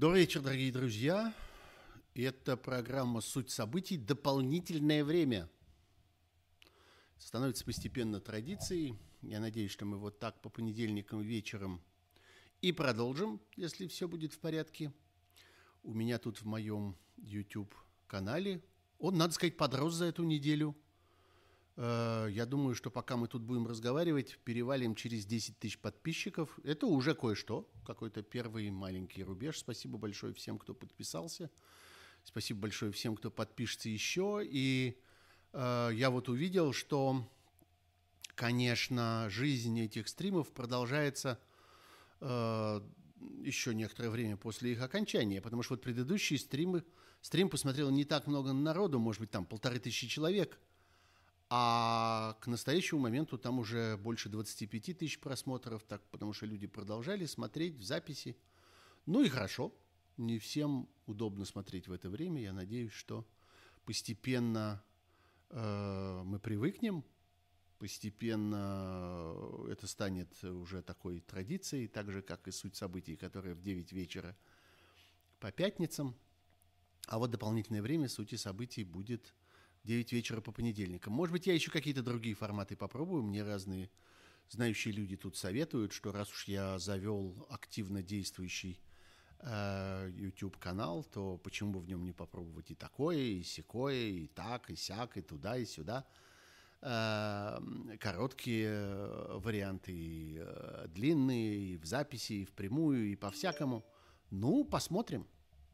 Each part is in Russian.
Добрый вечер, дорогие друзья. Это программа «Суть событий. Дополнительное время». Становится постепенно традицией. Я надеюсь, что мы вот так по понедельникам вечером и продолжим, если все будет в порядке. У меня тут в моем YouTube-канале, он, надо сказать, подрос за эту неделю. Я думаю, что пока мы тут будем разговаривать, перевалим через 10 тысяч подписчиков. Это уже кое-что, какой-то первый маленький рубеж. Спасибо большое всем, кто подписался. Спасибо большое всем, кто подпишется еще. И я вот увидел, что, конечно, жизнь этих стримов продолжается еще некоторое время после их окончания, потому что вот предыдущие стрим посмотрело не так много народу, может быть, там 1500 человек, а к настоящему моменту там уже больше 25 тысяч просмотров, так, потому что люди продолжали смотреть в записи. Ну и хорошо, не всем удобно смотреть в это время. Я надеюсь, что постепенно мы привыкнем, постепенно это станет уже такой традицией, так же, как и «Суть событий», которая в 9 вечера по пятницам. А вот дополнительное время «Сути событий» будет 9 вечера по понедельникам. Может быть, я еще какие-то другие форматы попробую. Мне разные знающие люди тут советуют, что раз уж я завел активно действующий YouTube-канал, то почему бы в нем не попробовать и такое, и сякое, и так, и сяк, и туда, и сюда. Короткие варианты, и длинные, и в записи, и впрямую, и по-всякому. Ну, посмотрим.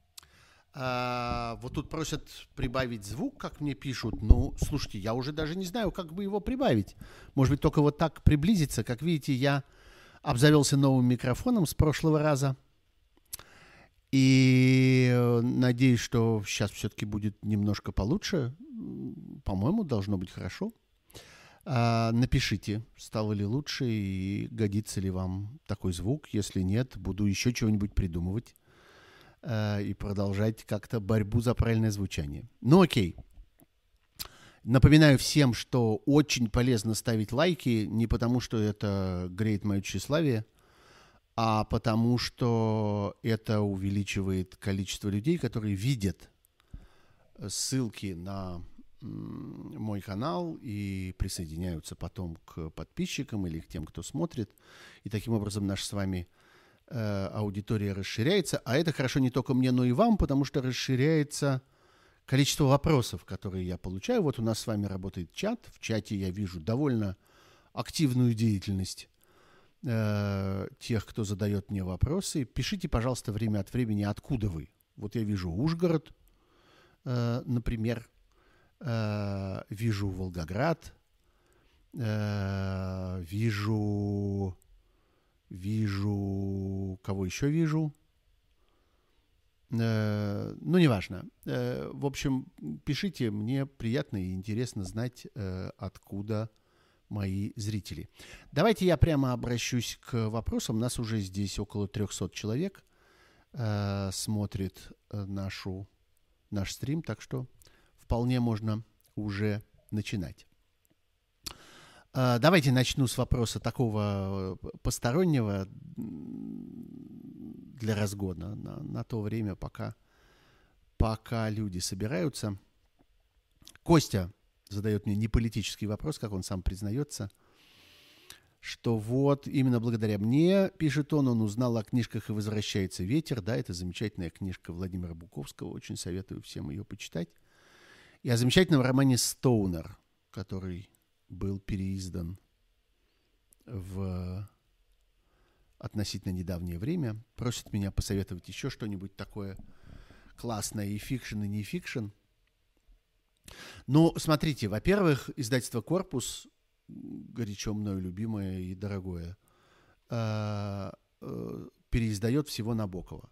Вот тут просят прибавить звук, как мне пишут. Ну, слушайте, я уже даже не знаю, как бы его прибавить. Может быть, только вот так приблизиться. Как видите, я обзавелся новым микрофоном с прошлого раза. И надеюсь, что сейчас все-таки будет немножко получше. По-моему, должно быть хорошо. Напишите, стало ли лучше и годится ли вам такой звук. Если нет, буду еще чего-нибудь придумывать и продолжать как-то борьбу за правильное звучание. Ну окей. Напоминаю всем, что очень полезно ставить лайки, не потому что это греет мое тщеславие, а потому что это увеличивает количество людей, которые видят ссылки на мой канал и присоединяются потом к подписчикам или к тем, кто смотрит. И таким образом наша с вами аудитория расширяется. А это хорошо не только мне, но и вам, потому что расширяется количество вопросов, которые я получаю. Вот у нас с вами работает чат. В чате я вижу довольно активную деятельность тех, кто задает мне вопросы. Пишите, пожалуйста, время от времени, откуда вы. Вот я вижу Ужгород, например. Вижу Волгоград. Вижу... Кого еще вижу? Ну, неважно. В общем, пишите, мне приятно и интересно знать, откуда мои зрители. Давайте я прямо обращусь к вопросам. Нас уже здесь около 300 человек смотрит наш стрим, так что вполне можно уже начинать. Давайте начну с вопроса такого постороннего для разгона на то время, пока люди собираются. Костя задает мне неполитический вопрос, как он сам признается, что вот именно благодаря мне, пишет он узнал о книжках «И возвращается ветер». Да, это замечательная книжка Владимира Буковского, очень советую всем ее почитать. И о замечательном романе «Стоунер», который был переиздан в относительно недавнее время. Просит меня посоветовать еще что-нибудь такое классное, и фикшн, и не фикшн. Ну, смотрите, во-первых, издательство «Корпус», горячо мною любимое и дорогое, переиздает всего Набокова.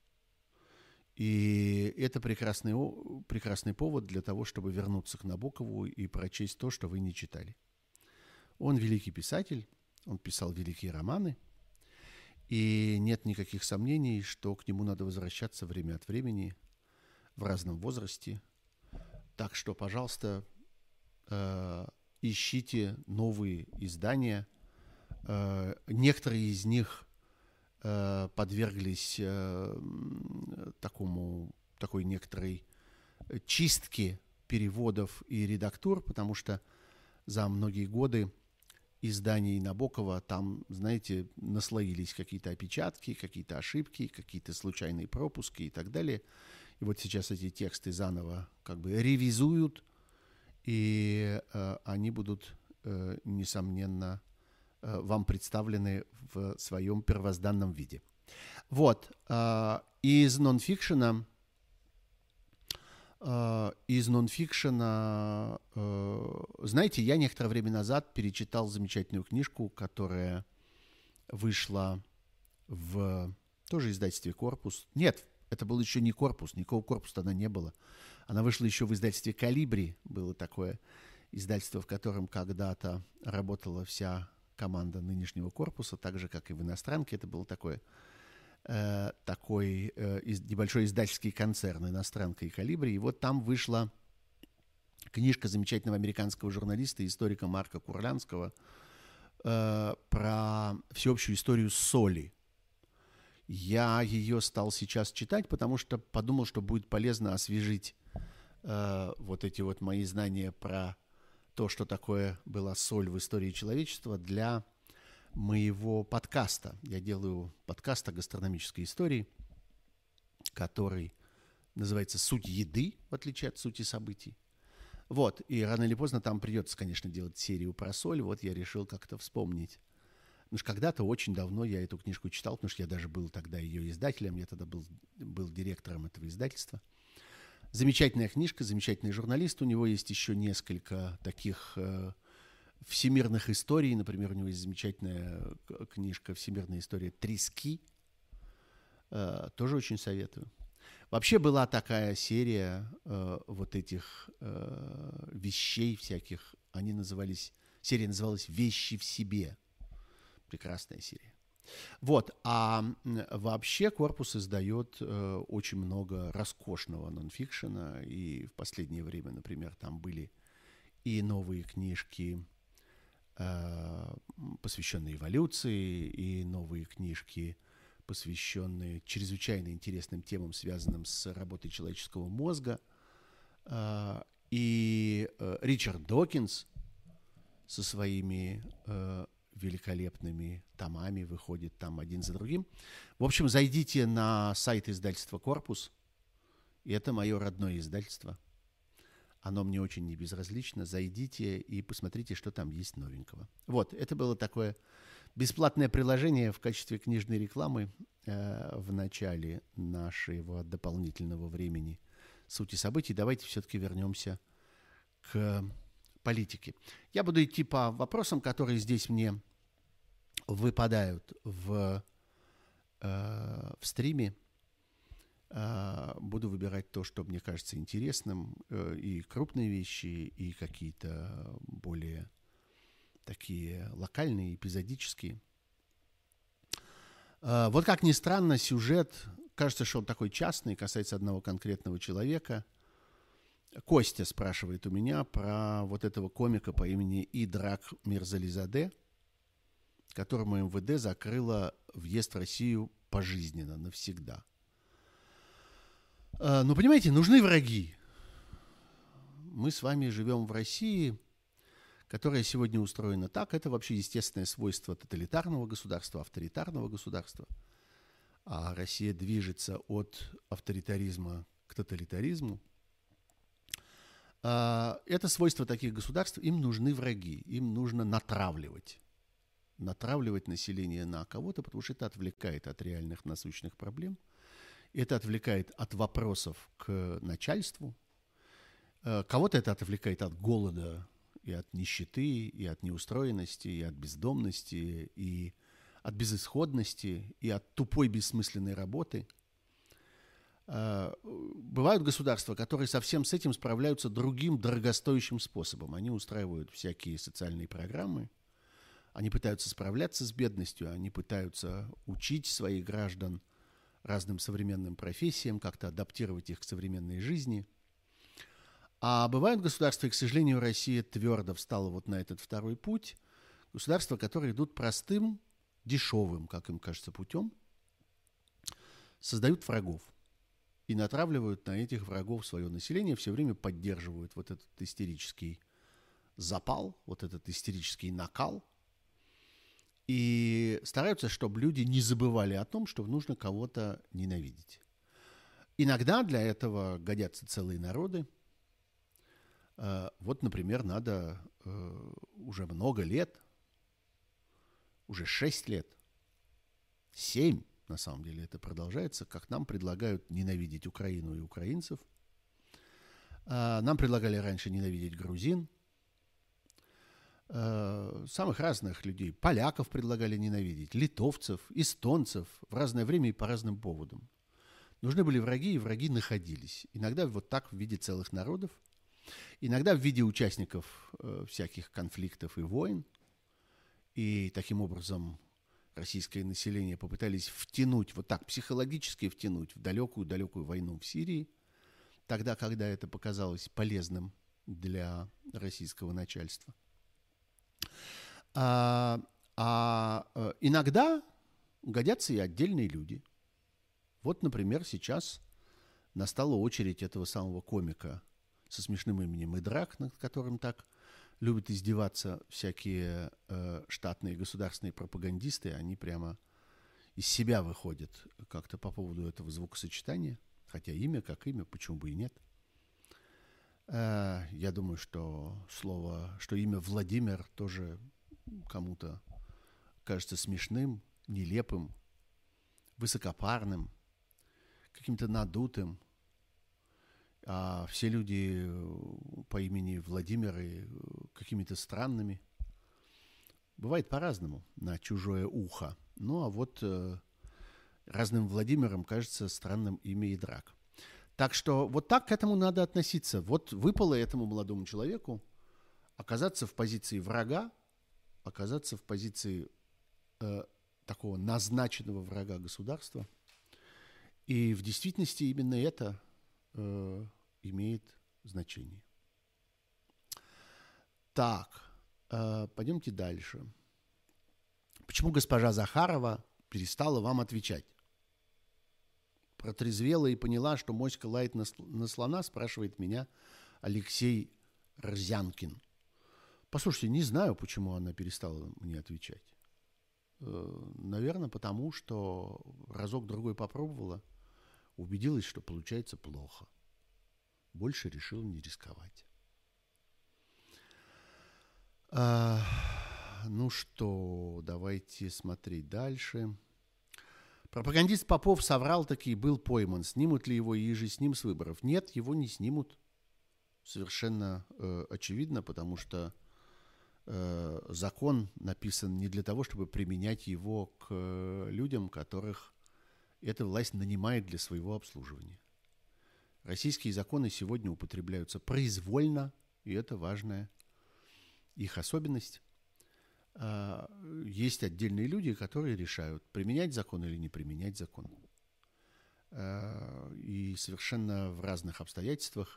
И это прекрасный повод для того, чтобы вернуться к Набокову и прочесть то, что вы не читали. Он великий писатель, он писал великие романы, и нет никаких сомнений, что к нему надо возвращаться время от времени в разном возрасте. Так что, пожалуйста, ищите новые издания. Некоторые из них подверглись такой некоторой чистке переводов и редактур, потому что за многие годы изданий Набокова там, знаете, наслоились какие-то опечатки, какие-то ошибки, какие-то случайные пропуски и так далее. И вот сейчас эти тексты заново как бы ревизуют, и они будут, несомненно, вам представлены в своем первозданном виде. Вот. Из нонфикшена, знаете, я некоторое время назад перечитал замечательную книжку, которая вышла в тоже издательстве «Корпус». Нет, это был еще не «Корпус», никакого «Корпуса» тогда не было. Она вышла еще в издательстве «Колибри». Было такое издательство, в котором когда-то работала вся команда нынешнего «Корпуса», так же, как и в «Иностранке». Это был такой небольшой издательский концерн «Иностранка» и «Колибри». И вот там вышла книжка замечательного американского журналиста и историка Марка Курлянского про всеобщую историю соли. Я ее стал сейчас читать, потому что подумал, что будет полезно освежить вот эти вот мои знания про то, что такое была соль в истории человечества, для моего подкаста. Я делаю подкаст о гастрономической истории, который называется «Суть еды», в отличие от сути событий. Вот, и рано или поздно там придется, конечно, делать серию про соль. Вот я решил как-то вспомнить. Потому что когда-то, очень давно я эту книжку читал, потому что я даже был тогда ее издателем, я тогда был директором этого издательства. Замечательная книжка, замечательный журналист. У него есть еще несколько таких всемирных историй. Например, у него есть замечательная книжка «Всемирная история трески». Тоже очень советую. Вообще была такая серия вот этих вещей всяких. Серия называлась «Вещи в себе». Прекрасная серия. Вот. А вообще «Корпус» издает очень много роскошного нонфикшена. И в последнее время, например, там были и новые книжки, посвященные эволюции, и новые книжки, посвященные чрезвычайно интересным темам, связанным с работой человеческого мозга. И Ричард Докинс со своими великолепными томами выходит там один за другим. В общем, зайдите на сайт издательства «Корпус». И это мое родное издательство. Оно мне очень не безразлично. Зайдите и посмотрите, что там есть новенького. Вот, это было такое бесплатное приложение в качестве книжной рекламы в начале нашего дополнительного времени сути событий. Давайте все-таки вернемся к политике. Я буду идти по вопросам, которые здесь мне выпадают в стриме. Буду выбирать то, что мне кажется интересным, и крупные вещи, и какие-то более такие локальные, эпизодические. Вот как ни странно, сюжет, кажется, что он такой частный, касается одного конкретного человека. Костя спрашивает у меня про вот этого комика по имени Идрак Мирзализаде, которому МВД закрыло въезд в Россию пожизненно, навсегда. Но, понимаете, нужны враги. Мы с вами живем в России, которая сегодня устроена так. Это вообще естественное свойство тоталитарного государства, авторитарного государства. А Россия движется от авторитаризма к тоталитаризму. Это свойство таких государств. Им нужны враги. Им нужно натравливать население на кого-то, потому что это отвлекает от реальных насущных проблем. Это отвлекает от вопросов к начальству. Кого-то это отвлекает от голода и от нищеты, и от неустроенности, и от бездомности, и от безысходности, и от тупой бессмысленной работы. Бывают государства, которые совсем с этим справляются другим дорогостоящим способом. Они устраивают всякие социальные программы, они пытаются справляться с бедностью, они пытаются учить своих граждан разным современным профессиям, как-то адаптировать их к современной жизни. А бывают государства, и, к сожалению, Россия твердо встала вот на этот второй путь. Государства, которые идут простым, дешевым, как им кажется, путем. создают врагов и натравливают на этих врагов свое население, все время поддерживают вот этот истерический запал, вот этот истерический накал, и стараются, чтобы люди не забывали о том, что нужно кого-то ненавидеть. Иногда для этого годятся целые народы. Вот, например, надо уже много лет, уже 6 лет, 7, на самом деле, это продолжается, как нам предлагают ненавидеть Украину и украинцев. Нам предлагали раньше ненавидеть грузин, самых разных людей. Поляков предлагали ненавидеть, литовцев, эстонцев в разное время и по разным поводам. Нужны были враги, и враги находились. Иногда вот так в виде целых народов, иногда в виде участников всяких конфликтов и войн. И таким образом российское население попытались втянуть, вот так психологически втянуть в далекую-далекую войну в Сирии, тогда, когда это показалось полезным для российского начальства. Иногда годятся и отдельные люди. Вот, например, сейчас настала очередь этого самого комика со смешным именем Идрак, над которым так любят издеваться всякие штатные государственные пропагандисты. Они прямо из себя выходят как-то по поводу этого звукосочетания. Хотя имя как имя, почему бы и нет. Я думаю, что имя Владимир тоже кому-то кажется смешным, нелепым, высокопарным, каким-то надутым. А все люди по имени Владимир какими-то странными. Бывает по-разному на чужое ухо. Ну, а вот разным Владимиром кажется странным имя Идрак. Так что вот так к этому надо относиться. Вот выпало этому молодому человеку оказаться в позиции врага, оказаться в позиции такого назначенного врага государства. И в действительности именно это имеет значение. Так, пойдемте дальше. Почему госпожа Захарова перестала вам отвечать? Протрезвела и поняла, что моська лает на слона, спрашивает меня Алексей Рзянкин. Послушайте, не знаю, почему она перестала мне отвечать. Наверное, потому что разок-другой попробовала, убедилась, что получается плохо. Больше решила не рисковать. Ну что, давайте смотреть дальше. Пропагандист Попов соврал таки и был пойман. Снимут ли его и же с ним с выборов? Нет, его не снимут. Совершенно очевидно, потому что закон написан не для того, чтобы применять его к людям, которых эта власть нанимает для своего обслуживания. Российские законы сегодня употребляются произвольно, и это важная их особенность. Есть отдельные люди, которые решают, применять закон или не применять закон. И совершенно в разных обстоятельствах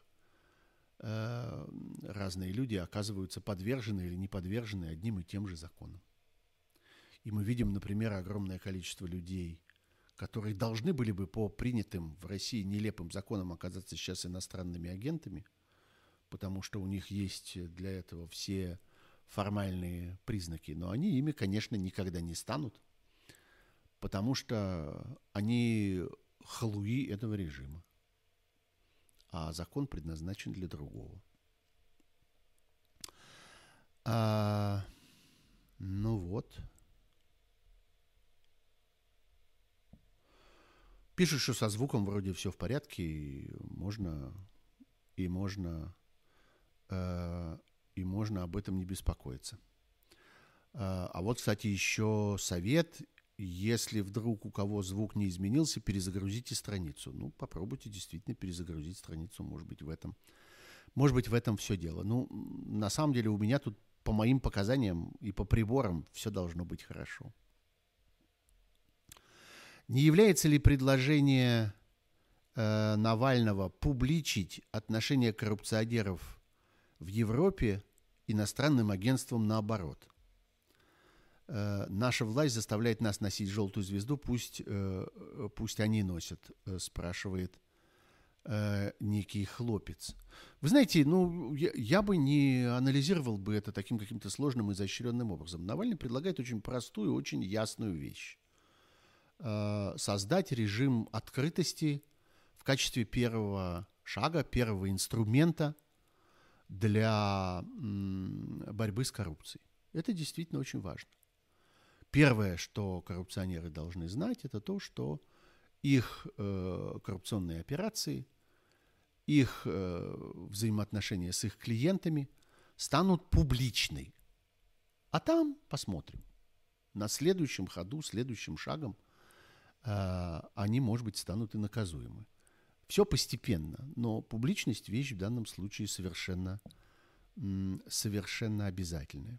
разные люди оказываются подвержены или не подвержены одним и тем же законам. И мы видим, например, огромное количество людей, которые должны были бы по принятым в России нелепым законам оказаться сейчас иностранными агентами, потому что у них есть для этого все формальные признаки, но они ими, конечно, никогда не станут, потому что они халуи этого режима, а закон предназначен для другого. Ну вот. Пишут, что со звуком вроде все в порядке, и можно об этом не беспокоиться. А вот, кстати, еще совет: если вдруг у кого звук не изменился, перезагрузите страницу. Ну, попробуйте действительно перезагрузить страницу, может быть, в этом все дело. Ну, на самом деле у меня тут по моим показаниям и по приборам все должно быть хорошо. Не является ли предложение Навального публичить отношение коррупционеров в Европе иностранным агентством наоборот? Наша власть заставляет нас носить желтую звезду, пусть они носят, спрашивает некий хлопец. Вы знаете, я бы не анализировал бы это таким каким-то сложным и изощренным образом. Навальный предлагает очень простую, очень ясную вещь. Создать режим открытости в качестве первого шага, первого инструмента для борьбы с коррупцией. Это действительно очень важно. Первое, что коррупционеры должны знать, это то, что их коррупционные операции, их взаимоотношения с их клиентами станут публичны. А там посмотрим. На следующем ходу, следующим шагом они, может быть, станут и наказуемы. Все постепенно, но публичность – вещь в данном случае совершенно обязательная.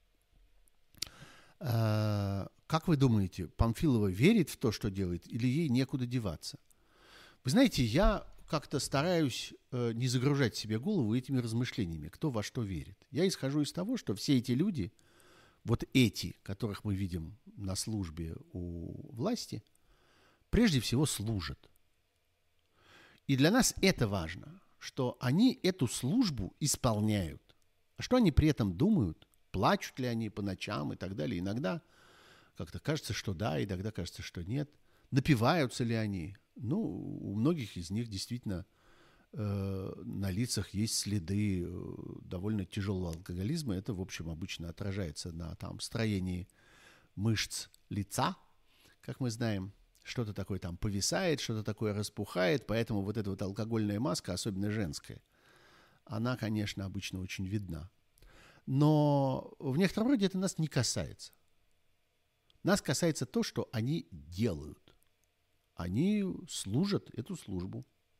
Как вы думаете, Памфилова верит в то, что делает, или ей некуда деваться? Вы знаете, я как-то стараюсь не загружать себе голову этими размышлениями, кто во что верит. Я исхожу из того, что все эти люди, вот эти, которых мы видим на службе у власти, прежде всего служат. И для нас это важно, что они эту службу исполняют. А что они при этом думают? Плачут ли они по ночам и так далее? Иногда как-то кажется, что да, иногда кажется, что нет. Напиваются ли они? У многих из них действительно на лицах есть следы довольно тяжелого алкоголизма. Это, в общем, обычно отражается на строении мышц лица, как мы знаем. Что-то такое там повисает, что-то такое распухает, поэтому вот эта вот алкогольная маска, особенно женская, она, конечно, обычно очень видна. Но в некотором роде это нас не касается. Нас касается то, что они делают. Они служат эту службу.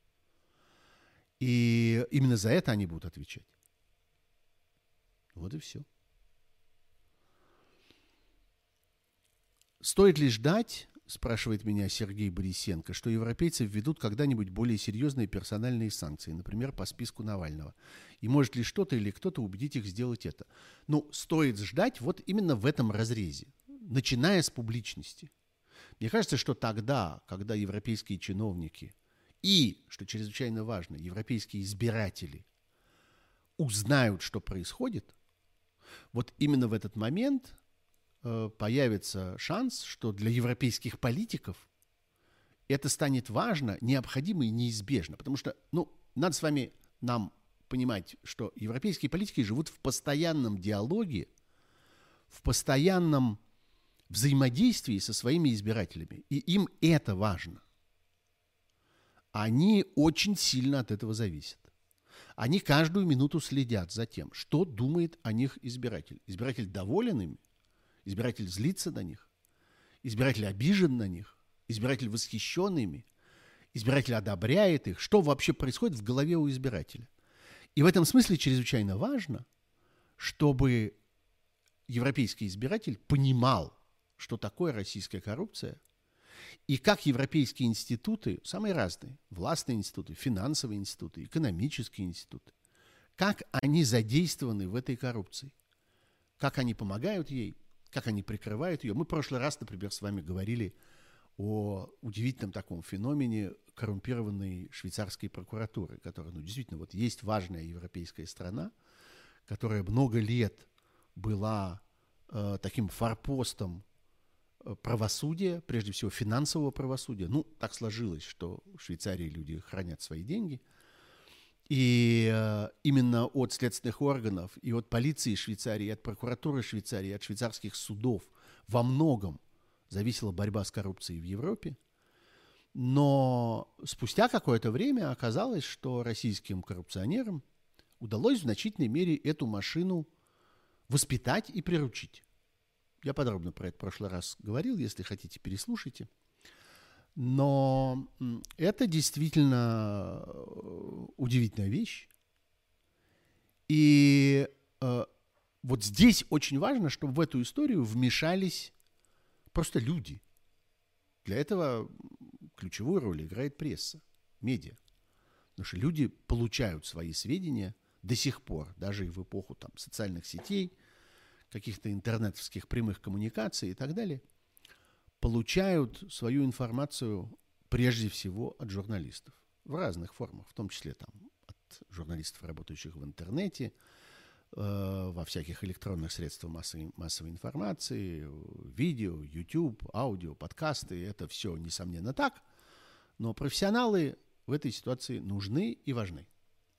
И именно за это они будут отвечать. Вот и все. Стоит ли ждать, спрашивает меня Сергей Борисенко, что европейцы введут когда-нибудь более серьезные персональные санкции, например, по списку Навального? И может ли что-то или кто-то убедить их сделать это? Стоит ждать вот именно в этом разрезе, начиная с публичности. Мне кажется, что тогда, когда европейские чиновники и, что чрезвычайно важно, европейские избиратели узнают, что происходит, вот именно в этот момент появится шанс, что для европейских политиков это станет важно, необходимо и неизбежно. Потому что, надо с вами нам понимать, что европейские политики живут в постоянном диалоге, в постоянном взаимодействии со своими избирателями. И им это важно. Они очень сильно от этого зависят. Они каждую минуту следят за тем, что думает о них избиратель. Избиратель доволен ими, избиратель злится на них, избиратель обижен на них, избиратель восхищен ими, избиратель одобряет их. Что вообще происходит в голове у избирателя? И в этом смысле чрезвычайно важно, чтобы европейский избиратель понимал, что такое российская коррупция, и как европейские институты, самые разные, властные институты, финансовые институты, экономические институты, как они задействованы в этой коррупции, как они помогают ей, как они прикрывают ее. Мы в прошлый раз, например, с вами говорили о удивительном таком феномене коррумпированной швейцарской прокуратуры, которая, действительно, вот есть важная европейская страна, которая много лет была таким форпостом правосудия, прежде всего финансового правосудия. Так сложилось, что в Швейцарии люди хранят свои деньги. И именно от следственных органов, и от полиции Швейцарии, и от прокуратуры Швейцарии, и от швейцарских судов во многом зависела борьба с коррупцией в Европе. Но спустя какое-то время оказалось, что российским коррупционерам удалось в значительной мере эту машину воспитать и приручить. Я подробно про это в прошлый раз говорил, если хотите, переслушайте. Но это действительно удивительная вещь. И вот здесь очень важно, чтобы в эту историю вмешались просто люди. Для этого ключевую роль играет пресса, медиа. Потому что люди получают свои сведения до сих пор, даже и в эпоху социальных сетей, каких-то интернетовских прямых коммуникаций и так далее, получают свою информацию прежде всего от журналистов в разных формах, в том числе там, от журналистов, работающих в интернете, во всяких электронных средствах массовой информации, видео, YouTube, аудио, подкасты. Это все, несомненно, так. Но профессионалы в этой ситуации нужны и важны.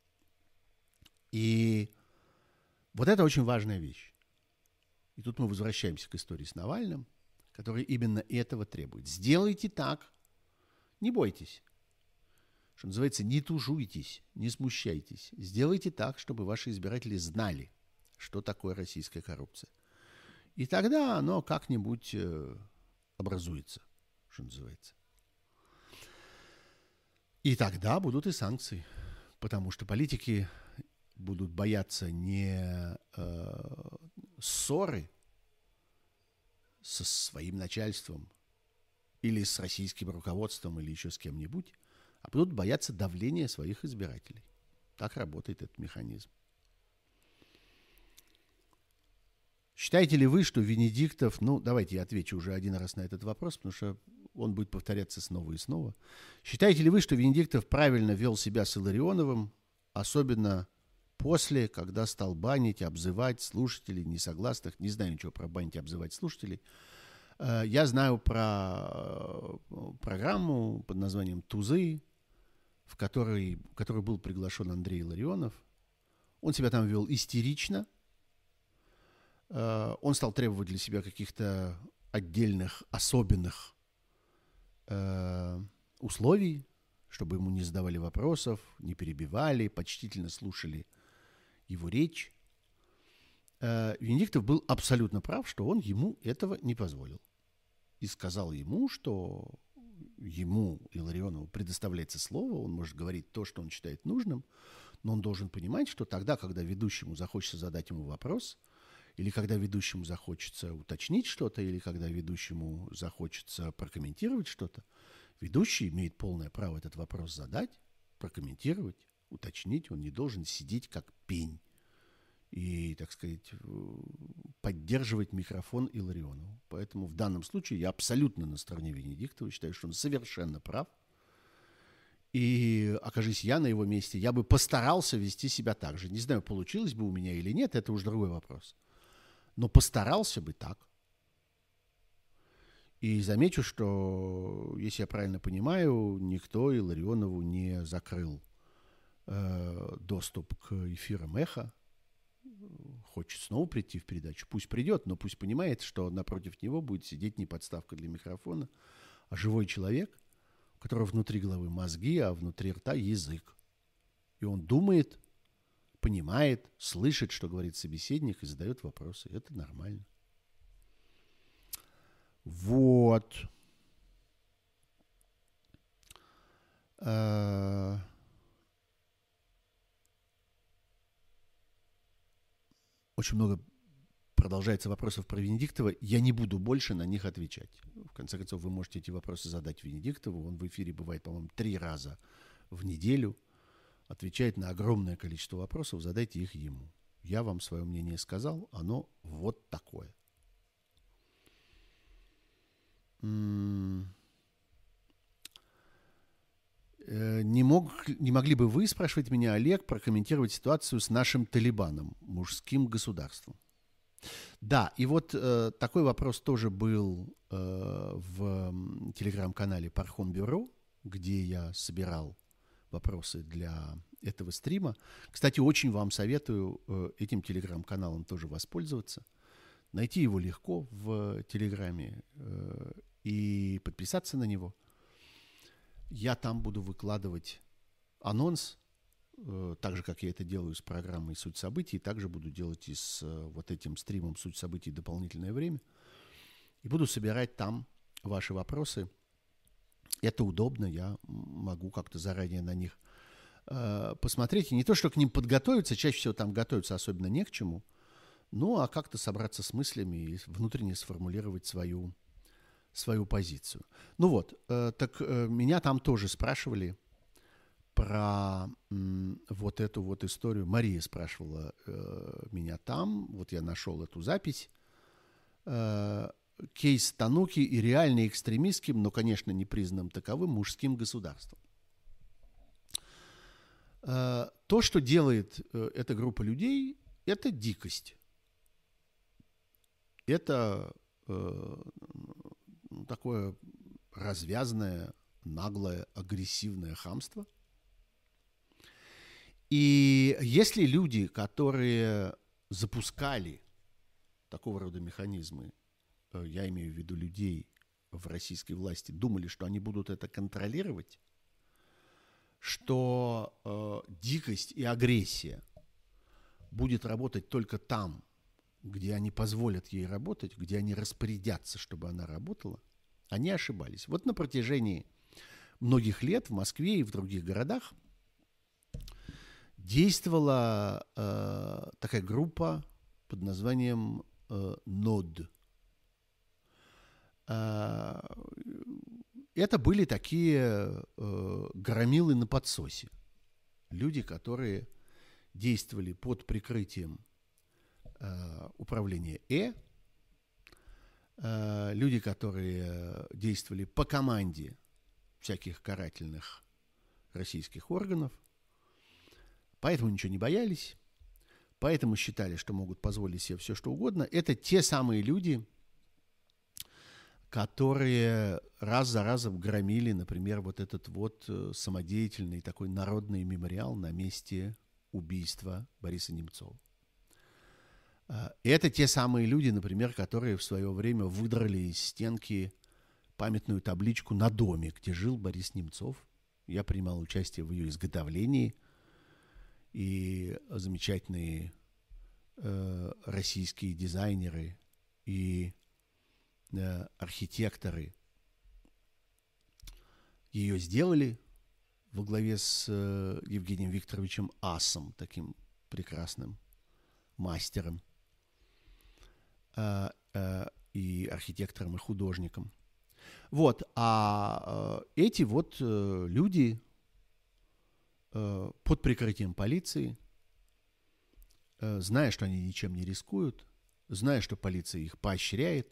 И вот это очень важная вещь. И тут мы возвращаемся к истории с Навальным, который именно этого требует. Сделайте так, не бойтесь. Что называется, не тужуйтесь, не смущайтесь. Сделайте так, чтобы ваши избиратели знали, что такое российская коррупция. И тогда оно как-нибудь образуется, что называется. И тогда будут и санкции, потому что политики будут бояться не ссоры со своим начальством или с российским руководством или еще с кем-нибудь, а будут бояться давления своих избирателей. Так работает этот механизм. Считаете ли вы, что Венедиктов... Ну, давайте я отвечу уже один раз на этот вопрос, потому что он будет повторяться снова и снова. Считаете ли вы, что Венедиктов правильно вел себя с Илларионовым, особенно после, когда стал банить, обзывать слушателей несогласных? Не знаю ничего про банить и обзывать слушателей. Я знаю про программу под названием «Тузы», в которой был приглашен Андрей Илларионов. Он себя там вел истерично. Он стал требовать для себя каких-то отдельных, особенных условий, чтобы ему не задавали вопросов, не перебивали, почтительно слушали его речь. Венедиктов был абсолютно прав, что он ему этого не позволил. И сказал ему, что ему, Илларионову, предоставляется слово, он может говорить то, что он считает нужным, но он должен понимать, что тогда, когда ведущему захочется задать ему вопрос, или когда ведущему захочется уточнить что-то, или когда ведущему захочется прокомментировать что-то, ведущий имеет полное право этот вопрос задать, прокомментировать, уточнить. Он не должен сидеть как пень и, так сказать, поддерживать микрофон Илларионову. Поэтому в данном случае я абсолютно на стороне Венедиктова, считаю, что он совершенно прав. И, окажись я на его месте, я бы постарался вести себя так же. Не знаю, получилось бы у меня или нет, это уже другой вопрос. Но постарался бы так. И замечу, что, если я правильно понимаю, никто Илларионову не закрыл доступ к эфирам «Эхо». Хочет снова прийти в передачу, пусть придет, но пусть понимает, что напротив него будет сидеть не подставка для микрофона, а живой человек, у которого внутри головы мозги, а внутри рта язык. И он думает, понимает, слышит, что говорит собеседник, и задает вопросы. Это нормально. Вот. Очень много продолжается вопросов про Венедиктова. Я не буду больше на них отвечать. В конце концов, вы можете эти вопросы задать Венедиктову. Он в эфире бывает, по-моему, 3 раза в неделю. Отвечает на огромное количество вопросов. Задайте их ему. Я вам свое мнение сказал. Оно вот такое. Не могли бы вы, спрашивает меня Олег, прокомментировать ситуацию с нашим Талибаном, мужским государством? Да, и вот такой вопрос тоже был в телеграм-канале Пархом Бюро, где я собирал вопросы для этого стрима. Кстати, очень вам советую этим телеграм-каналом тоже воспользоваться. Найти его легко в Телеграме и подписаться на него. Я там буду выкладывать анонс, так же, как я это делаю с программой «Суть событий», также буду делать и с вот этим стримом «Суть событий. Дополнительное время». И буду собирать там ваши вопросы. Это удобно, я могу как-то заранее на них посмотреть. И не то, что к ним подготовиться, чаще всего там готовиться особенно не к чему, ну, а как-то собраться с мыслями и внутренне сформулировать свою позицию. Ну вот, так меня там тоже спрашивали про вот эту вот историю. Мария спрашивала меня там, вот я нашел эту запись. Кейс Тануки и реально экстремистским, но, конечно, непризнанным таковым мужским государством. То, что делает эта группа людей, это дикость. Это такое развязное, наглое, агрессивное хамство. И если люди, которые запускали такого рода механизмы, я имею в виду людей в российской власти, думали, что они будут это контролировать, что дикость и агрессия будет работать только там, где они позволят ей работать, где они распорядятся, чтобы она работала, они ошибались. Вот на протяжении многих лет в Москве и в других городах действовала такая группа под названием НОД. Это были такие громилы на подсосе. Люди, которые действовали под прикрытием управления люди, которые действовали по команде всяких карательных российских органов, поэтому ничего не боялись, поэтому считали, что могут позволить себе все, что угодно. Это те самые люди, которые раз за разом громили, например, вот этот вот самодеятельный такой народный мемориал на месте убийства Бориса Немцова. Это те самые люди, например, которые в свое время выдрали из стенки памятную табличку на доме, где жил Борис Немцов. Я принимал участие в ее изготовлении, и замечательные российские дизайнеры и архитекторы ее сделали во главе с Евгением Викторовичем Асом, таким прекрасным мастером и архитектором, и художником. Вот, а эти вот люди под прикрытием полиции, зная, что они ничем не рискуют, зная, что полиция их поощряет,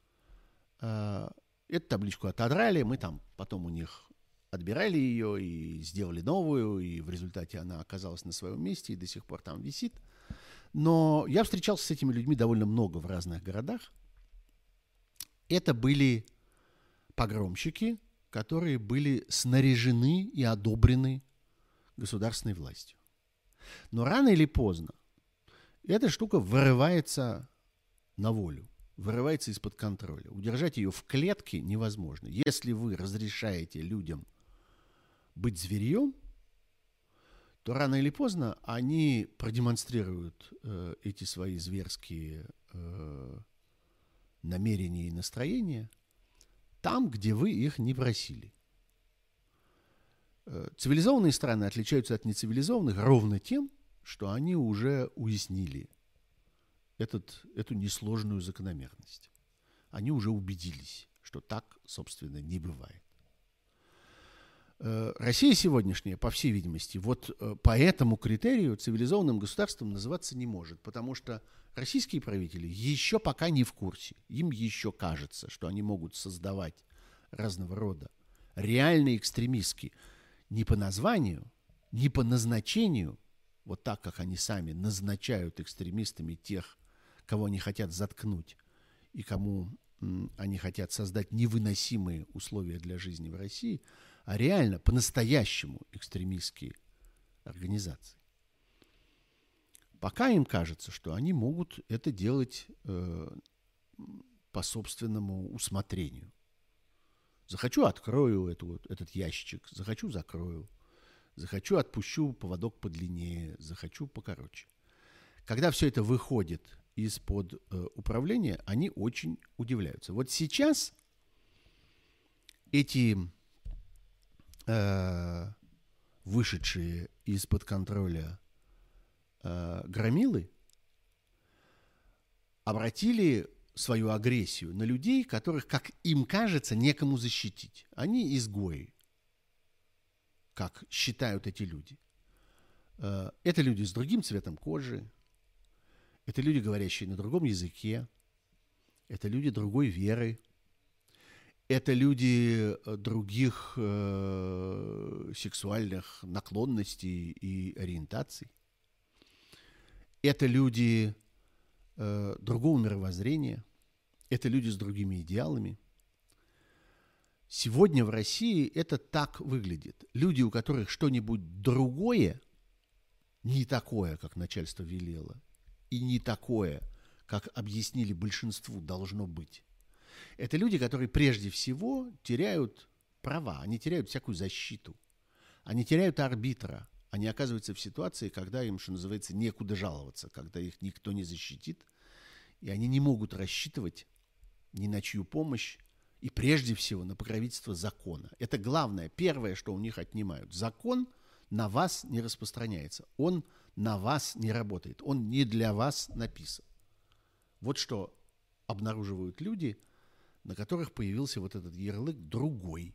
эту табличку отодрали, мы там потом у них отбирали ее и сделали новую, и в результате она оказалась на своем месте и до сих пор там висит. Но я встречался с этими людьми довольно много в разных городах. Это были погромщики, которые были снаряжены и одобрены государственной властью. Но рано или поздно эта штука вырывается на волю, вырывается из-под контроля. Удержать ее в клетке невозможно. Если вы разрешаете людям быть зверьем, то рано или поздно они продемонстрируют эти свои зверские намерения и настроения там, где вы их не просили. Цивилизованные страны отличаются от нецивилизованных ровно тем, что они уже уяснили эту несложную закономерность. Они уже убедились, что так, собственно, не бывает. Россия сегодняшняя, по всей видимости, вот по этому критерию цивилизованным государством называться не может, потому что российские правители еще пока не в курсе. Им еще кажется, что они могут создавать разного рода реальные экстремистские не по названию, не по назначению, вот так, как они сами назначают экстремистами тех, кого они хотят заткнуть и кому они хотят создать невыносимые условия для жизни в России, а реально, по-настоящему экстремистские организации. Пока им кажется, что они могут это делать по собственному усмотрению. Захочу — открою этот ящичек, захочу — закрою, захочу — отпущу поводок подлиннее, захочу — покороче. Когда все это выходит из-под управления, они очень удивляются. Вот сейчас эти вышедшие из-под контроля громилы обратили свою агрессию на людей, которых, как им кажется, некому защитить. Они изгои, как считают эти люди. Это люди с другим цветом кожи, это люди, говорящие на другом языке, это люди другой веры, это люди других сексуальных наклонностей и ориентаций, это люди другого мировоззрения, это люди с другими идеалами. Сегодня в России это так выглядит. Люди, у которых что-нибудь другое, не такое, как начальство велело, и не такое, как объяснили большинству, должно быть. Это люди, которые прежде всего теряют права, они теряют всякую защиту, они теряют арбитра, они оказываются в ситуации, когда им, что называется, некуда жаловаться, когда их никто не защитит, и они не могут рассчитывать ни на чью помощь, и прежде всего на покровительство закона. Это главное, первое, что у них отнимают. Закон на вас не распространяется, он на вас не работает, он не для вас написан. Вот что обнаруживают люди, на которых появился вот этот ярлык «другой».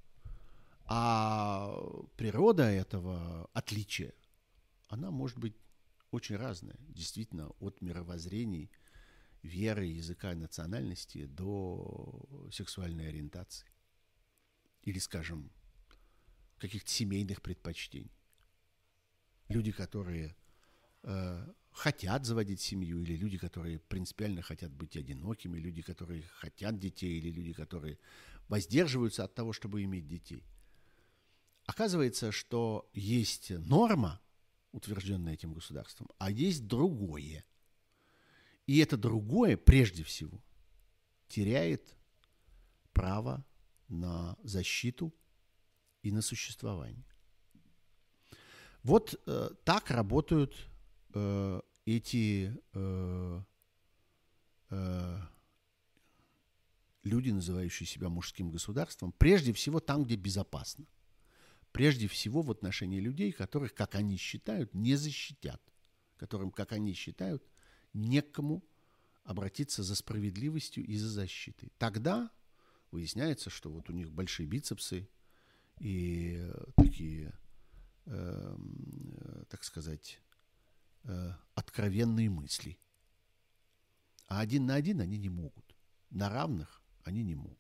А природа этого отличия, она может быть очень разная, действительно, от мировоззрений, веры, языка и национальности до сексуальной ориентации. Или, скажем, каких-то семейных предпочтений. Люди, которые хотят заводить семью, или люди, которые принципиально хотят быть одинокими, люди, которые хотят детей, или люди, которые воздерживаются от того, чтобы иметь детей. Оказывается, что есть норма, утвержденная этим государством, а есть другое. И это другое, прежде всего, теряет право на защиту и на существование. Вот так работают эти люди, называющие себя мужским государством, прежде всего там, где безопасно. Прежде всего в отношении людей, которых, как они считают, не защитят, которым, как они считают, некому обратиться за справедливостью и за защитой. Тогда выясняется, что вот у них большие бицепсы и такие, так сказать, откровенные мысли. А один на один они не могут. На равных они не могут.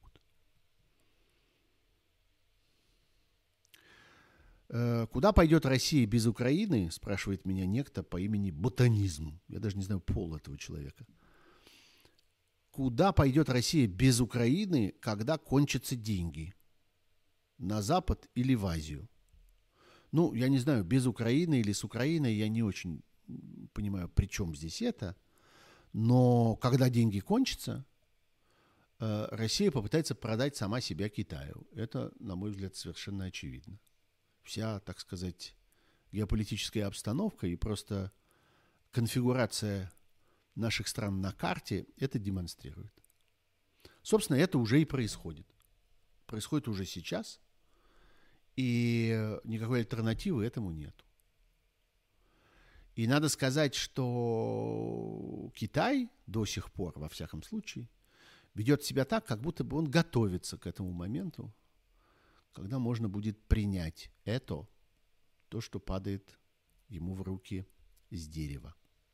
Куда пойдет Россия без Украины, спрашивает меня некто по имени Ботанизм. Я даже не знаю пол этого человека. Куда пойдет Россия без Украины, когда кончатся деньги? На Запад или в Азию? Ну, я не знаю, без Украины или с Украиной, я не очень понимаю, при чем здесь это. Но когда деньги кончатся, Россия попытается продать сама себя Китаю. Это, на мой взгляд, совершенно очевидно. Вся, так сказать, геополитическая обстановка и просто конфигурация наших стран на карте это демонстрирует. Собственно, это уже и происходит. Происходит уже сейчас, и никакой альтернативы этому нет. И надо сказать, что Китай до сих пор, во всяком случае, ведет себя так, как будто бы он готовится к этому моменту, когда можно будет принять это, то, что падает ему в руки с дерева.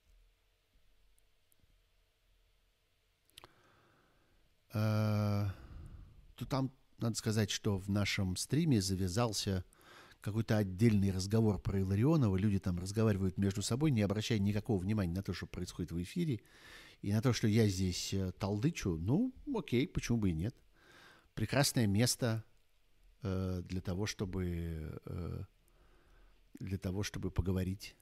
То там надо сказать, что в нашем стриме завязался какой-то отдельный разговор про Илларионова. Люди там разговаривают между собой, не обращая никакого внимания на то, что происходит в эфире, и на то, что я здесь толдычу. Ну, окей, почему бы и нет. Прекрасное место для того, чтобы поговорить.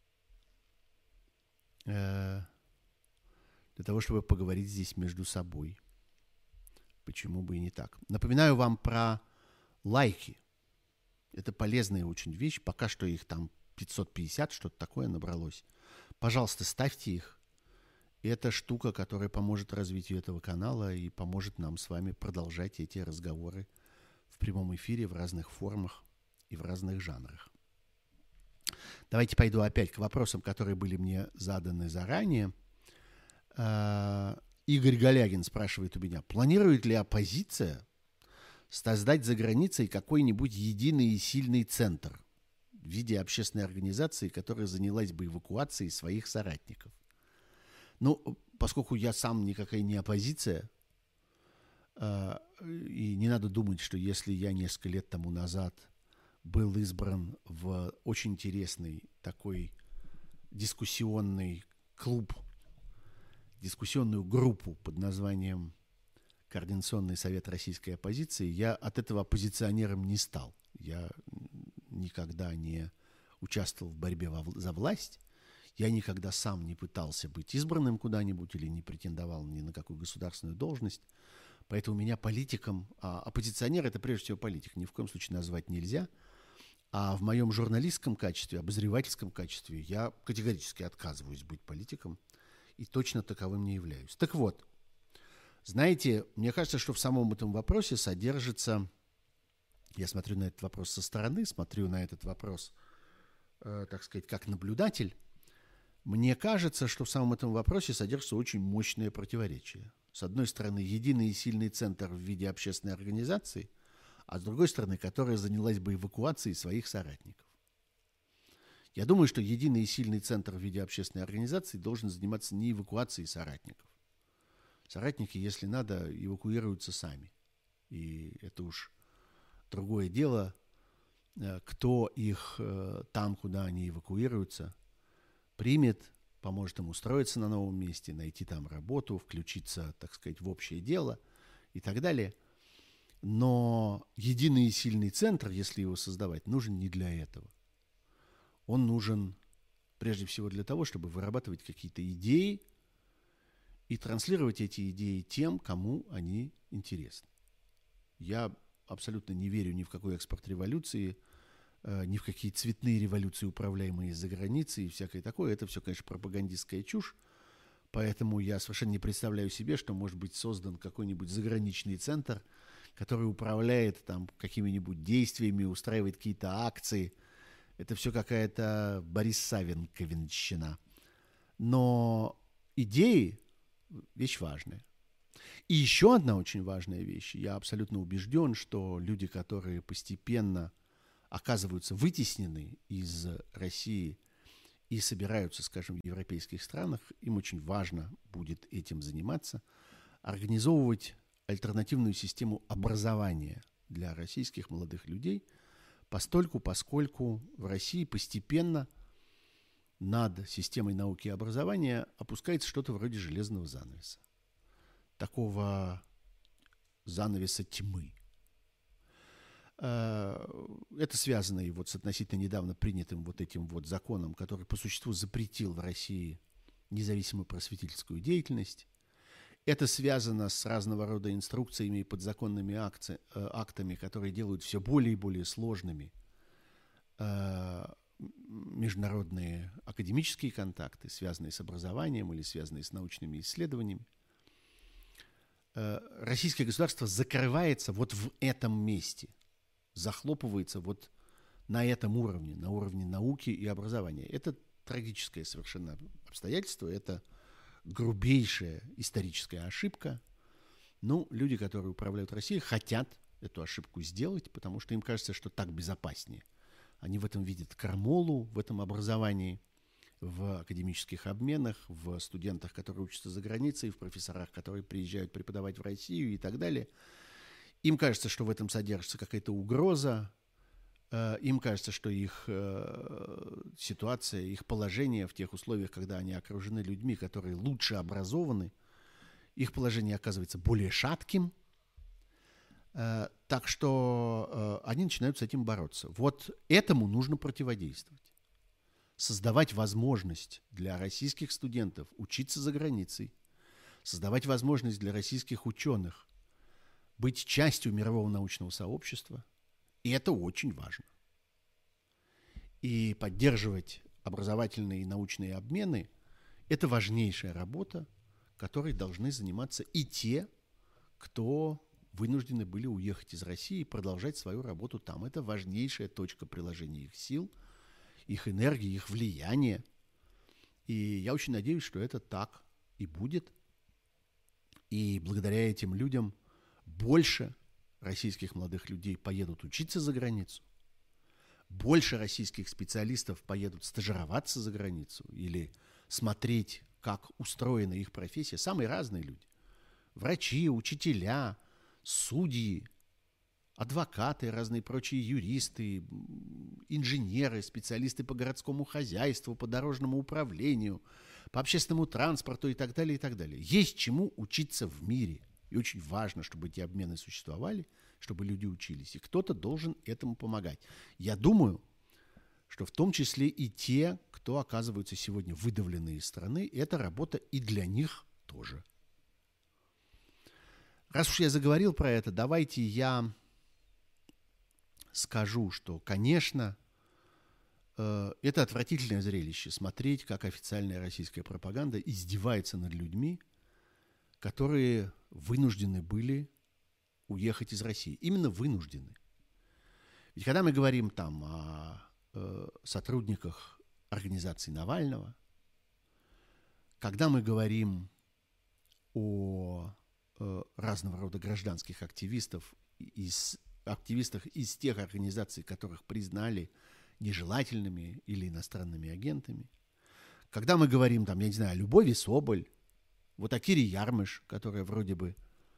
Для того, чтобы поговорить здесь между собой. Почему бы и не так? Напоминаю вам про лайки. Это полезная очень вещь. Пока что их там 550, что-то такое набралось. Пожалуйста, ставьте их. И это штука, которая поможет развитию этого канала и поможет нам с вами продолжать эти разговоры в прямом эфире в разных формах и в разных жанрах. Давайте пойду опять к вопросам, которые были мне заданы заранее. Игорь Галягин спрашивает у меня, планирует ли оппозиция создать за границей какой-нибудь единый и сильный центр в виде общественной организации, которая занялась бы эвакуацией своих соратников. Ну, поскольку я сам никакая не оппозиция, и не надо думать, что если я несколько лет тому назад был избран в очень интересный такой дискуссионный клуб, дискуссионную группу под названием Координационный совет российской оппозиции, я от этого оппозиционером не стал. Я никогда не участвовал в борьбе за власть. Я никогда сам не пытался быть избранным куда-нибудь или не претендовал ни на какую государственную должность. Поэтому меня политиком... оппозиционер – это прежде всего политик. Ни в коем случае назвать нельзя. А в моем журналистском качестве, обозревательском качестве я категорически отказываюсь быть политиком и точно таковым не являюсь. Так вот, знаете, мне кажется, что в самом этом вопросе содержится... Я смотрю на этот вопрос со стороны, смотрю на этот вопрос, так сказать, как наблюдатель. Мне кажется, что в самом этом вопросе содержится очень мощное противоречие. С одной стороны, единый и сильный центр в виде общественной организации, а с другой стороны, которая занялась бы эвакуацией своих соратников. Я думаю, что единый и сильный центр в виде общественной организации должен заниматься не эвакуацией соратников. Соратники, если надо, эвакуируются сами. И это уж другое дело, кто их там, куда они эвакуируются, примет, поможет им устроиться на новом месте, найти там работу, включиться, так сказать, в общее дело и так далее. Но единый и сильный центр, если его создавать, нужен не для этого. Он нужен прежде всего для того, чтобы вырабатывать какие-то идеи и транслировать эти идеи тем, кому они интересны. Я абсолютно не верю ни в какой экспорт революции, ни в какие цветные революции, управляемые из-за границы и всякое такое. Это все, конечно, пропагандистская чушь. Поэтому я совершенно не представляю себе, что может быть создан какой-нибудь заграничный центр, который управляет там какими-нибудь действиями, устраивает какие-то акции. Это все какая-то Борис Савенковинщина. Но идеи – вещь важная. И еще одна очень важная вещь. Я абсолютно убежден, что люди, которые постепенно оказываются вытеснены из России и собираются, скажем, в европейских странах, им очень важно будет этим заниматься, организовывать альтернативную систему образования для российских молодых людей, поскольку в России постепенно над системой науки и образования опускается что-то вроде железного занавеса. Такого занавеса тьмы. Это связано и вот с относительно недавно принятым вот этим вот законом, который по существу запретил в России независимую просветительскую деятельность. Это связано с разного рода инструкциями и подзаконными актами, которые делают все более и более сложными международные академические контакты, связанные с образованием или связанные с научными исследованиями. Российское государство закрывается вот в этом месте, захлопывается вот на этом уровне, на уровне науки и образования. Это трагическое совершенно обстоятельство, это грубейшая историческая ошибка. Ну, люди, которые управляют Россией, хотят эту ошибку сделать, потому что им кажется, что так безопаснее. Они в этом видят крамолу, в этом образовании, в академических обменах, в студентах, которые учатся за границей, в профессорах, которые приезжают преподавать в Россию и так далее. Им кажется, что в этом содержится какая-то угроза. Им кажется, что их ситуация, их положение в тех условиях, когда они окружены людьми, которые лучше образованы, их положение оказывается более шатким. Так что они начинают с этим бороться. Вот этому нужно противодействовать. Создавать возможность для российских студентов учиться за границей, создавать возможность для российских ученых быть частью мирового научного сообщества. И это очень важно. И поддерживать образовательные и научные обмены – это важнейшая работа, которой должны заниматься и те, кто вынуждены были уехать из России и продолжать свою работу там. Это важнейшая точка приложения их сил, их энергии, их влияния. И я очень надеюсь, что это так и будет. И благодаря этим людям больше российских молодых людей поедут учиться за границу, больше российских специалистов поедут стажироваться за границу или смотреть, как устроена их профессия. Самые разные люди. Врачи, учителя, судьи, адвокаты, разные прочие юристы, инженеры, специалисты по городскому хозяйству, по дорожному управлению, по общественному транспорту и так далее, и так далее. Есть чему учиться в мире. И очень важно, чтобы эти обмены существовали, чтобы люди учились. И кто-то должен этому помогать. Я думаю, что в том числе и те, кто оказываются сегодня выдавлены из страны, это работа и для них тоже. Раз уж я заговорил про это, давайте я скажу, что, конечно, это отвратительное зрелище смотреть, как официальная российская пропаганда издевается над людьми, которые вынуждены были уехать из России. Именно вынуждены. Ведь когда мы говорим там о сотрудниках организации Навального, когда мы говорим о разного рода гражданских активистах из тех организаций, которых признали нежелательными или иностранными агентами, когда мы говорим, там, я не знаю, о Любови Соболь, вот о Кире Ярмыш, которая вроде бы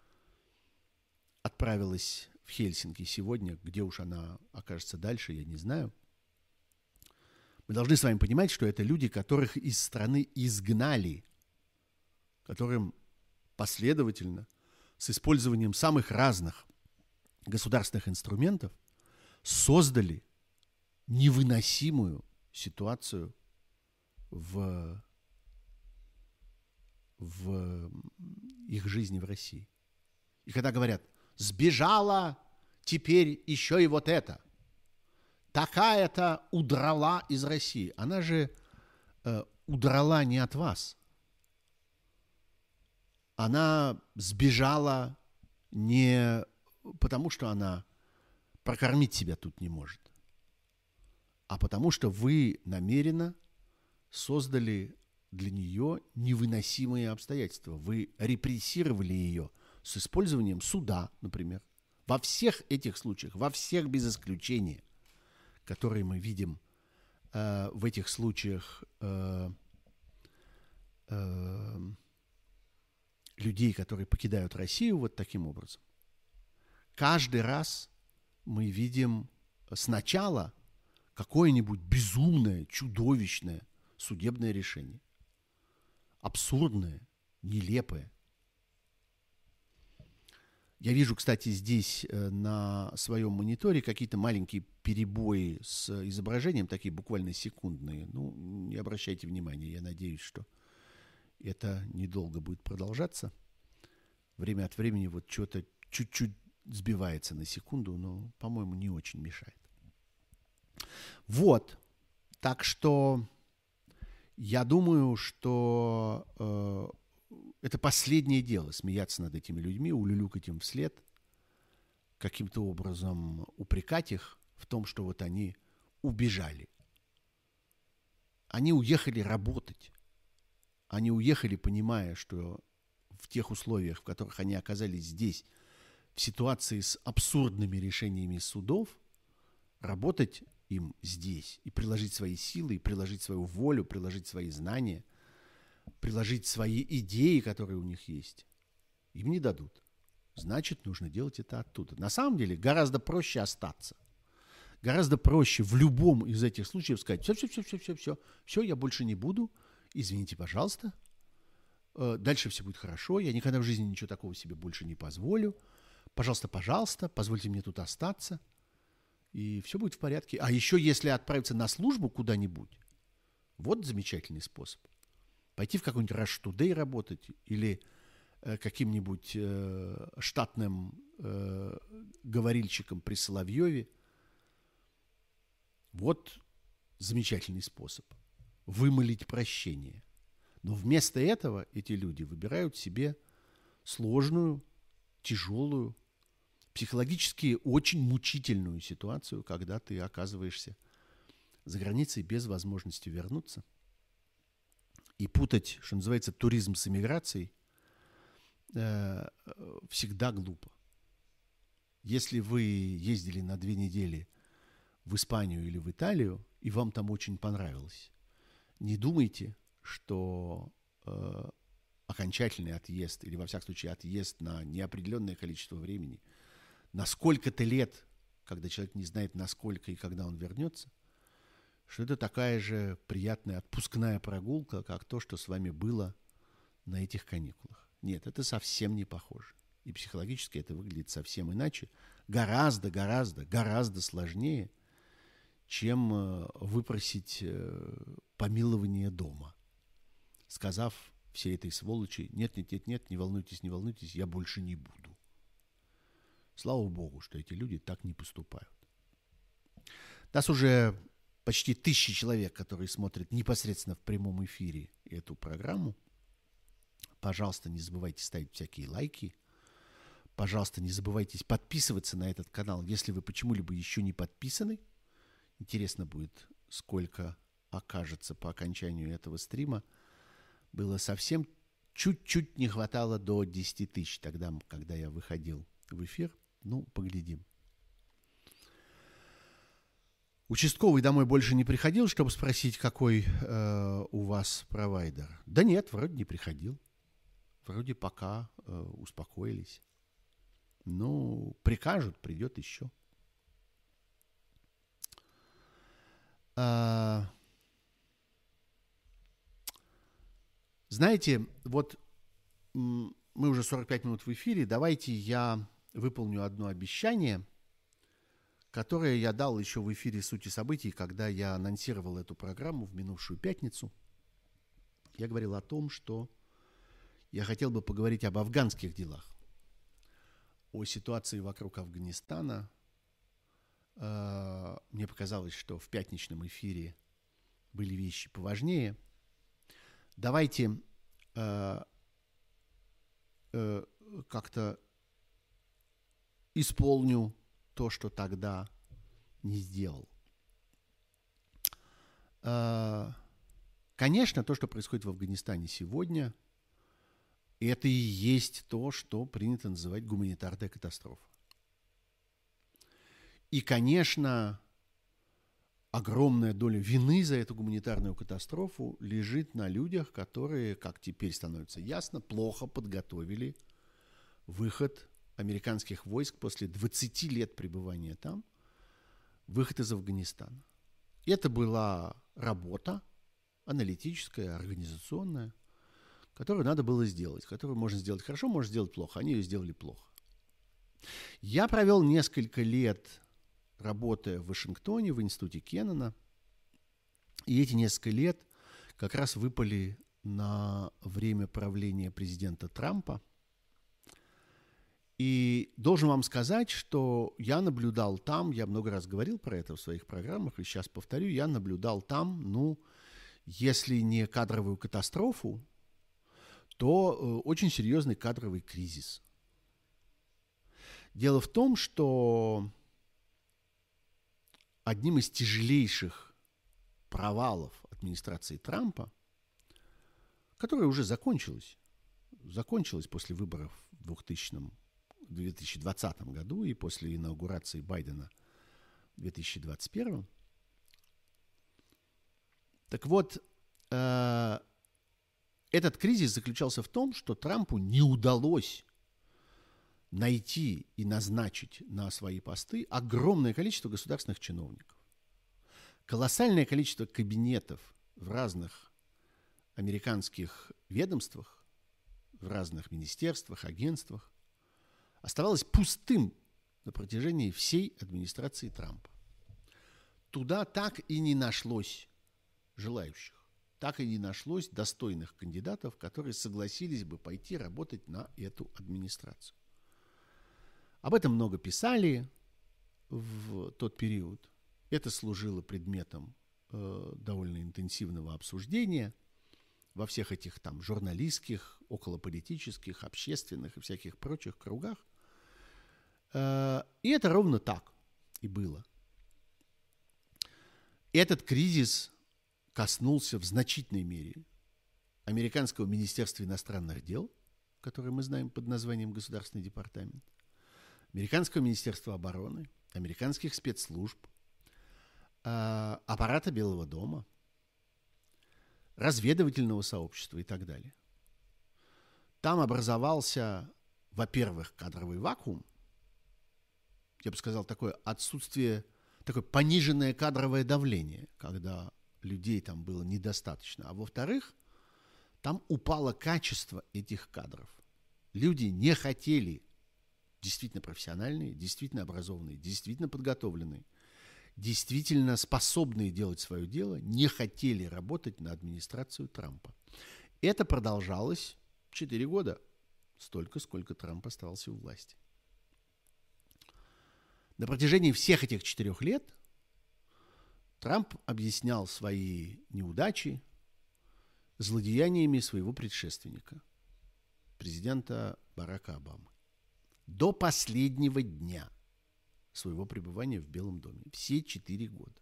отправилась в Хельсинки сегодня, где уж она окажется дальше, я не знаю. Мы должны с вами понимать, что это люди, которых из страны изгнали, которым последовательно, с использованием самых разных государственных инструментов, создали невыносимую ситуацию в их жизни в России. И когда говорят, сбежала теперь еще и вот это, такая-то удрала из России, она же удрала не от вас. Она сбежала не потому, что она прокормить себя тут не может, а потому что вы намеренно создали для нее невыносимые обстоятельства. Вы репрессировали ее с использованием суда, например. Во всех этих случаях, во всех без исключения, которые мы видим в этих случаях людей, которые покидают Россию вот таким образом, каждый раз мы видим сначала какое-нибудь безумное, чудовищное судебное решение. Абсурдное, нелепое. Я вижу, кстати, здесь на своем мониторе какие-то маленькие перебои с изображением, такие буквально секундные. Ну, не обращайте внимания, я надеюсь, что это недолго будет продолжаться. Время от времени вот что-то чуть-чуть сбивается на секунду, но, по-моему, не очень мешает. Вот. Так что я думаю, что это последнее дело смеяться над этими людьми, улюлюкать им вслед, каким-то образом упрекать их в том, что вот они убежали. Они уехали работать. Они уехали, понимая, что в тех условиях, в которых они оказались здесь, в ситуации с абсурдными решениями судов, работать им здесь и приложить свои силы, и приложить свою волю, приложить свои знания, приложить свои идеи, которые у них есть, им не дадут. Значит, нужно делать это оттуда. На самом деле гораздо проще остаться. Гораздо проще в любом из этих случаев сказать, все, я больше не буду, извините, пожалуйста, дальше все будет хорошо, я никогда в жизни ничего такого себе больше не позволю, пожалуйста, позвольте мне тут остаться, и все будет в порядке. А еще если отправиться на службу куда-нибудь, вот замечательный способ. Пойти в какой-нибудь Rush Today работать или каким-нибудь штатным говорильщиком при Соловьеве. Вот замечательный способ вымолить прощение. Но вместо этого эти люди выбирают себе сложную, тяжелую, психологически очень мучительную ситуацию, когда ты оказываешься за границей без возможности вернуться. И путать, что называется, туризм с эмиграцией всегда глупо. Если вы ездили на 2 недели в Испанию или в Италию, и вам там очень понравилось, не думайте, что окончательный отъезд, или во всяком случае отъезд на неопределенное количество времени, на сколько-то лет, когда человек не знает, насколько и когда он вернется, что это такая же приятная отпускная прогулка, как то, что с вами было на этих каникулах. Нет, это совсем не похоже. И психологически это выглядит совсем иначе, гораздо сложнее, чем выпросить помилование дома, сказав всей этой сволочи: нет, не волнуйтесь, я больше не буду. Слава Богу, что эти люди так не поступают. Нас уже почти 1000 человек, которые смотрят непосредственно в прямом эфире эту программу. Пожалуйста, не забывайте ставить всякие лайки. Пожалуйста, не забывайте подписываться на этот канал, если вы почему-либо еще не подписаны. Интересно будет, сколько окажется по окончанию этого стрима. Было совсем чуть-чуть не хватало до 10 000 тогда, когда я выходил в эфир. Ну, поглядим. Участковый домой больше не приходил, чтобы спросить, какой у вас провайдер? Да нет, вроде не приходил. Вроде пока успокоились. Ну, прикажут, придет еще. Знаете, вот мы уже 45 минут в эфире. Давайте я выполню одно обещание, которое я дал еще в эфире «Сути событий», когда я анонсировал эту программу в минувшую пятницу. Я говорил о том, что я хотел бы поговорить об афганских делах, о ситуации вокруг Афганистана. Мне показалось, что в пятничном эфире были вещи поважнее. Давайте как-то исполню то, что тогда не сделал. Конечно, то, что происходит в Афганистане сегодня, это и есть то, что принято называть гуманитарная катастрофа. И, конечно, огромная доля вины за эту гуманитарную катастрофу лежит на людях, которые, как теперь становится ясно, плохо подготовили выход американских войск после 20 лет пребывания там, выход из Афганистана. Это была работа аналитическая, организационная, которую надо было сделать, которую можно сделать хорошо, можно сделать плохо. Они ее сделали плохо. Я провел несколько лет, работая в Вашингтоне, в институте Кеннона, и эти несколько лет как раз выпали на время правления президента Трампа. И должен вам сказать, что я наблюдал там, я много раз говорил про это в своих программах, и сейчас повторю, я наблюдал там, если не кадровую катастрофу, то очень серьезный кадровый кризис. Дело в том, что одним из тяжелейших провалов администрации Трампа, которая уже закончилась после выборов в 2020 году и после инаугурации Байдена в 2021. Так вот, этот кризис заключался в том, что Трампу не удалось найти и назначить на свои посты огромное количество государственных чиновников. Колоссальное количество кабинетов в разных американских ведомствах, в разных министерствах, агентствах оставалось пустым на протяжении всей администрации Трампа. Туда так и не нашлось желающих, так и не нашлось достойных кандидатов, которые согласились бы пойти работать на эту администрацию. Об этом много писали в тот период. Это служило предметом довольно интенсивного обсуждения во всех этих там журналистских, околополитических, общественных и всяких прочих кругах. И это ровно так и было. Этот кризис коснулся в значительной мере американского Министерства иностранных дел, которое мы знаем под названием Государственный департамент, американского Министерства обороны, американских спецслужб, аппарата Белого дома, разведывательного сообщества и так далее. Там образовался, во-первых, кадровый вакуум, я бы сказал, такое отсутствие, такое пониженное кадровое давление, когда людей там было недостаточно. А во-вторых, там упало качество этих кадров. Люди не хотели, действительно профессиональные, действительно образованные, действительно подготовленные, действительно способные делать свое дело, не хотели работать на администрацию Трампа. Это продолжалось 4 года, столько, сколько Трамп оставался у власти. На протяжении всех этих 4 лет Трамп объяснял свои неудачи злодеяниями своего предшественника, президента Барака Обамы. До последнего дня своего пребывания в Белом доме. Все 4 года.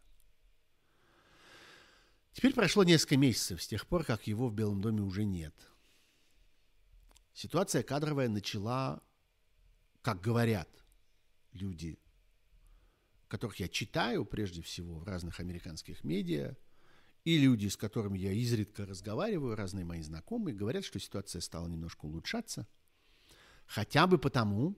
Теперь прошло несколько месяцев с тех пор, как его в Белом доме уже нет. Ситуация кадровая начала, как говорят люди, которых я читаю прежде всего в разных американских медиа, и люди, с которыми я изредка разговариваю, разные мои знакомые, говорят, что ситуация стала немножко улучшаться. Хотя бы потому,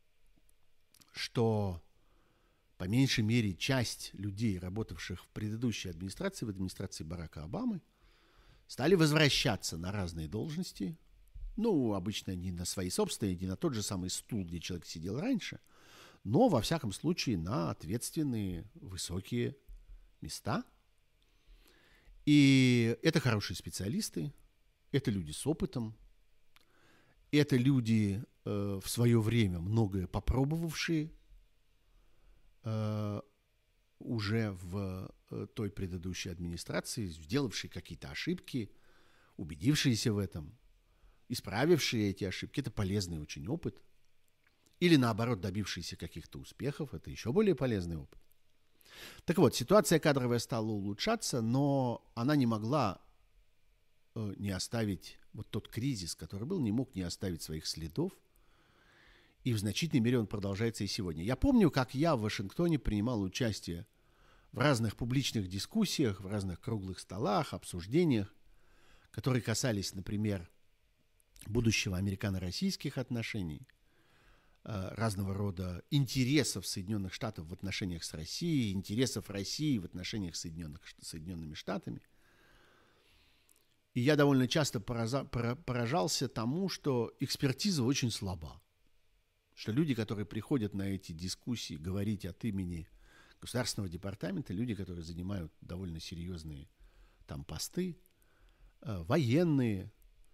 что по меньшей мере часть людей, работавших в предыдущей администрации, в администрации Барака Обамы, стали возвращаться на разные должности. Ну, обычно не на свои собственные, не на тот же самый стул, где человек сидел раньше, но, во всяком случае, на ответственные высокие места. И это хорошие специалисты, это люди с опытом, это люди, в свое время многое попробовавшие уже в той предыдущей администрации, сделавшие какие-то ошибки, убедившиеся в этом, исправившие эти ошибки. Это полезный очень опыт. Или, наоборот, добившиеся каких-то успехов. Это еще более полезный опыт. Так вот, ситуация кадровая стала улучшаться, но она не могла не оставить, вот тот кризис, который был, не мог не оставить своих следов. И в значительной мере он продолжается и сегодня. Я помню, как я в Вашингтоне принимал участие в разных публичных дискуссиях, в разных круглых столах, обсуждениях, которые касались, например, будущего американо-российских отношений, разного рода интересов Соединенных Штатов в отношениях с Россией, интересов России в отношениях с Соединенными Штатами. И я довольно часто поражался тому, что экспертиза очень слаба. Что люди, которые приходят на эти дискуссии говорить от имени Государственного департамента, люди, которые занимают довольно серьезные там посты, военные,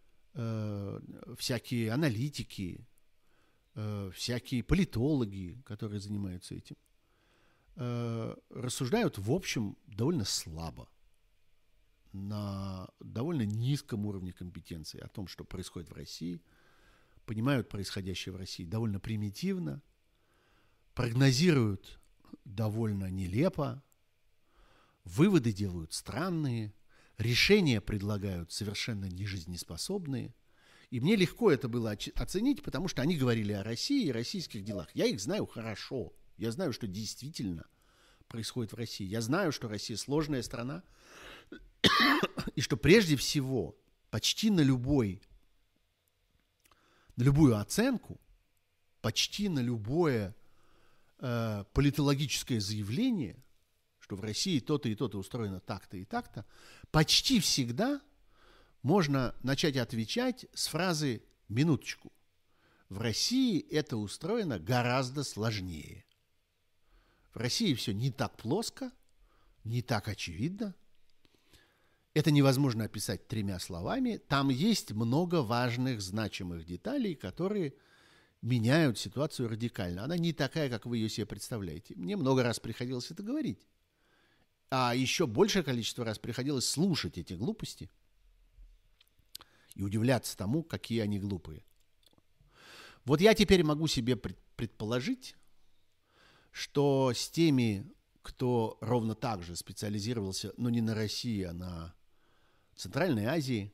всякие аналитики, всякие политологи, которые занимаются этим, рассуждают, в общем, довольно слабо, на довольно низком уровне компетенции о том, что происходит в России, понимают происходящее в России довольно примитивно, прогнозируют довольно нелепо, выводы делают странные, решения предлагают совершенно нежизнеспособные. И мне легко это было оценить, потому что они говорили о России и российских делах. Я их знаю хорошо. Я знаю, что действительно происходит в России. Я знаю, что Россия сложная страна, и что прежде всего почти на любую оценку, почти на любое политологическое заявление, что в России то-то и то-то устроено так-то и так-то, почти всегда можно начать отвечать с фразы «минуточку». В России это устроено гораздо сложнее. В России все не так плоско, не так очевидно. Это невозможно описать 3 словами. Там есть много важных, значимых деталей, которые меняют ситуацию радикально. Она не такая, как вы ее себе представляете. Мне много раз приходилось это говорить. А еще большее количество раз приходилось слушать эти глупости и удивляться тому, какие они глупые. Вот я теперь могу себе предположить, что с теми, кто ровно так же специализировался, но не на России, а на Центральной Азии,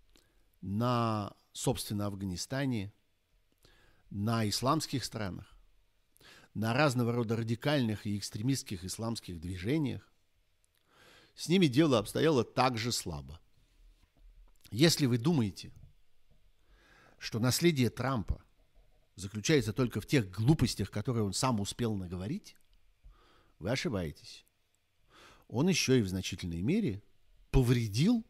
на, собственно, Афганистане, на исламских странах, на разного рода радикальных и экстремистских исламских движениях, с ними дело обстояло так же слабо. Если вы думаете, что наследие Трампа заключается только в тех глупостях, которые он сам успел наговорить, вы ошибаетесь. Он еще и в значительной мере повредил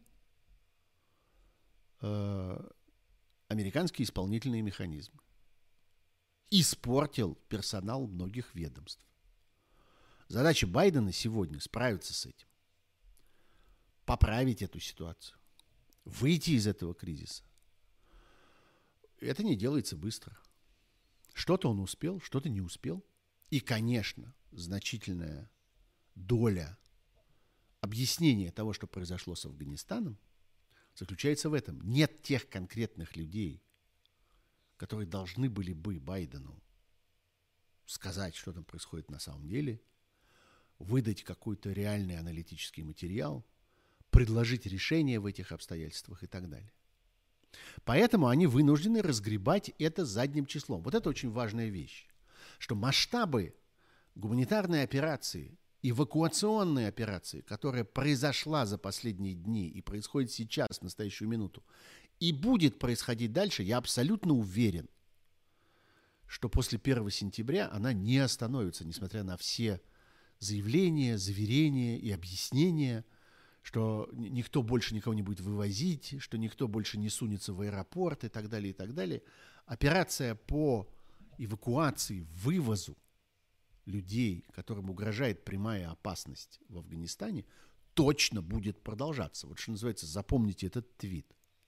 американские исполнительные механизмы. Испортил персонал многих ведомств. Задача Байдена сегодня справиться с этим. Поправить эту ситуацию. Выйти из этого кризиса. Это не делается быстро. Что-то он успел, что-то не успел. И, конечно, значительная доля объяснения того, что произошло с Афганистаном, заключается в этом. Нет тех конкретных людей, которые должны были бы Байдену сказать, что там происходит на самом деле, выдать какой-то реальный аналитический материал, предложить решение в этих обстоятельствах и так далее. Поэтому они вынуждены разгребать это задним числом. Вот это очень важная вещь, что масштабы гуманитарной операции, эвакуационной операции, которая произошла за последние дни и происходит сейчас, в настоящую минуту, и будет происходить дальше, я абсолютно уверен, что после 1 сентября она не остановится, несмотря на все заявления, заверения и объяснения, что никто больше никого не будет вывозить, что никто больше не сунется в аэропорт и так далее, и так далее. Операция по эвакуации, вывозу людей, которым угрожает прямая опасность в Афганистане, точно будет продолжаться. Вот что называется, запомните этот твит.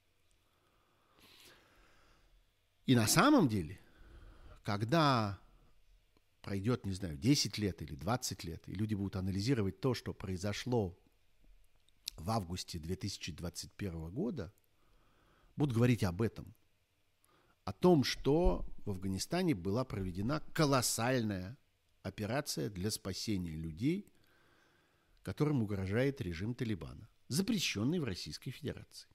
И на самом деле, когда пройдет, не знаю, 10 лет или 20 лет, и люди будут анализировать то, что произошло в августе 2021 года, будут говорить об этом. О том, что в Афганистане была проведена колоссальная операция для спасения людей, которым угрожает режим Талибана, запрещенный в Российской Федерации.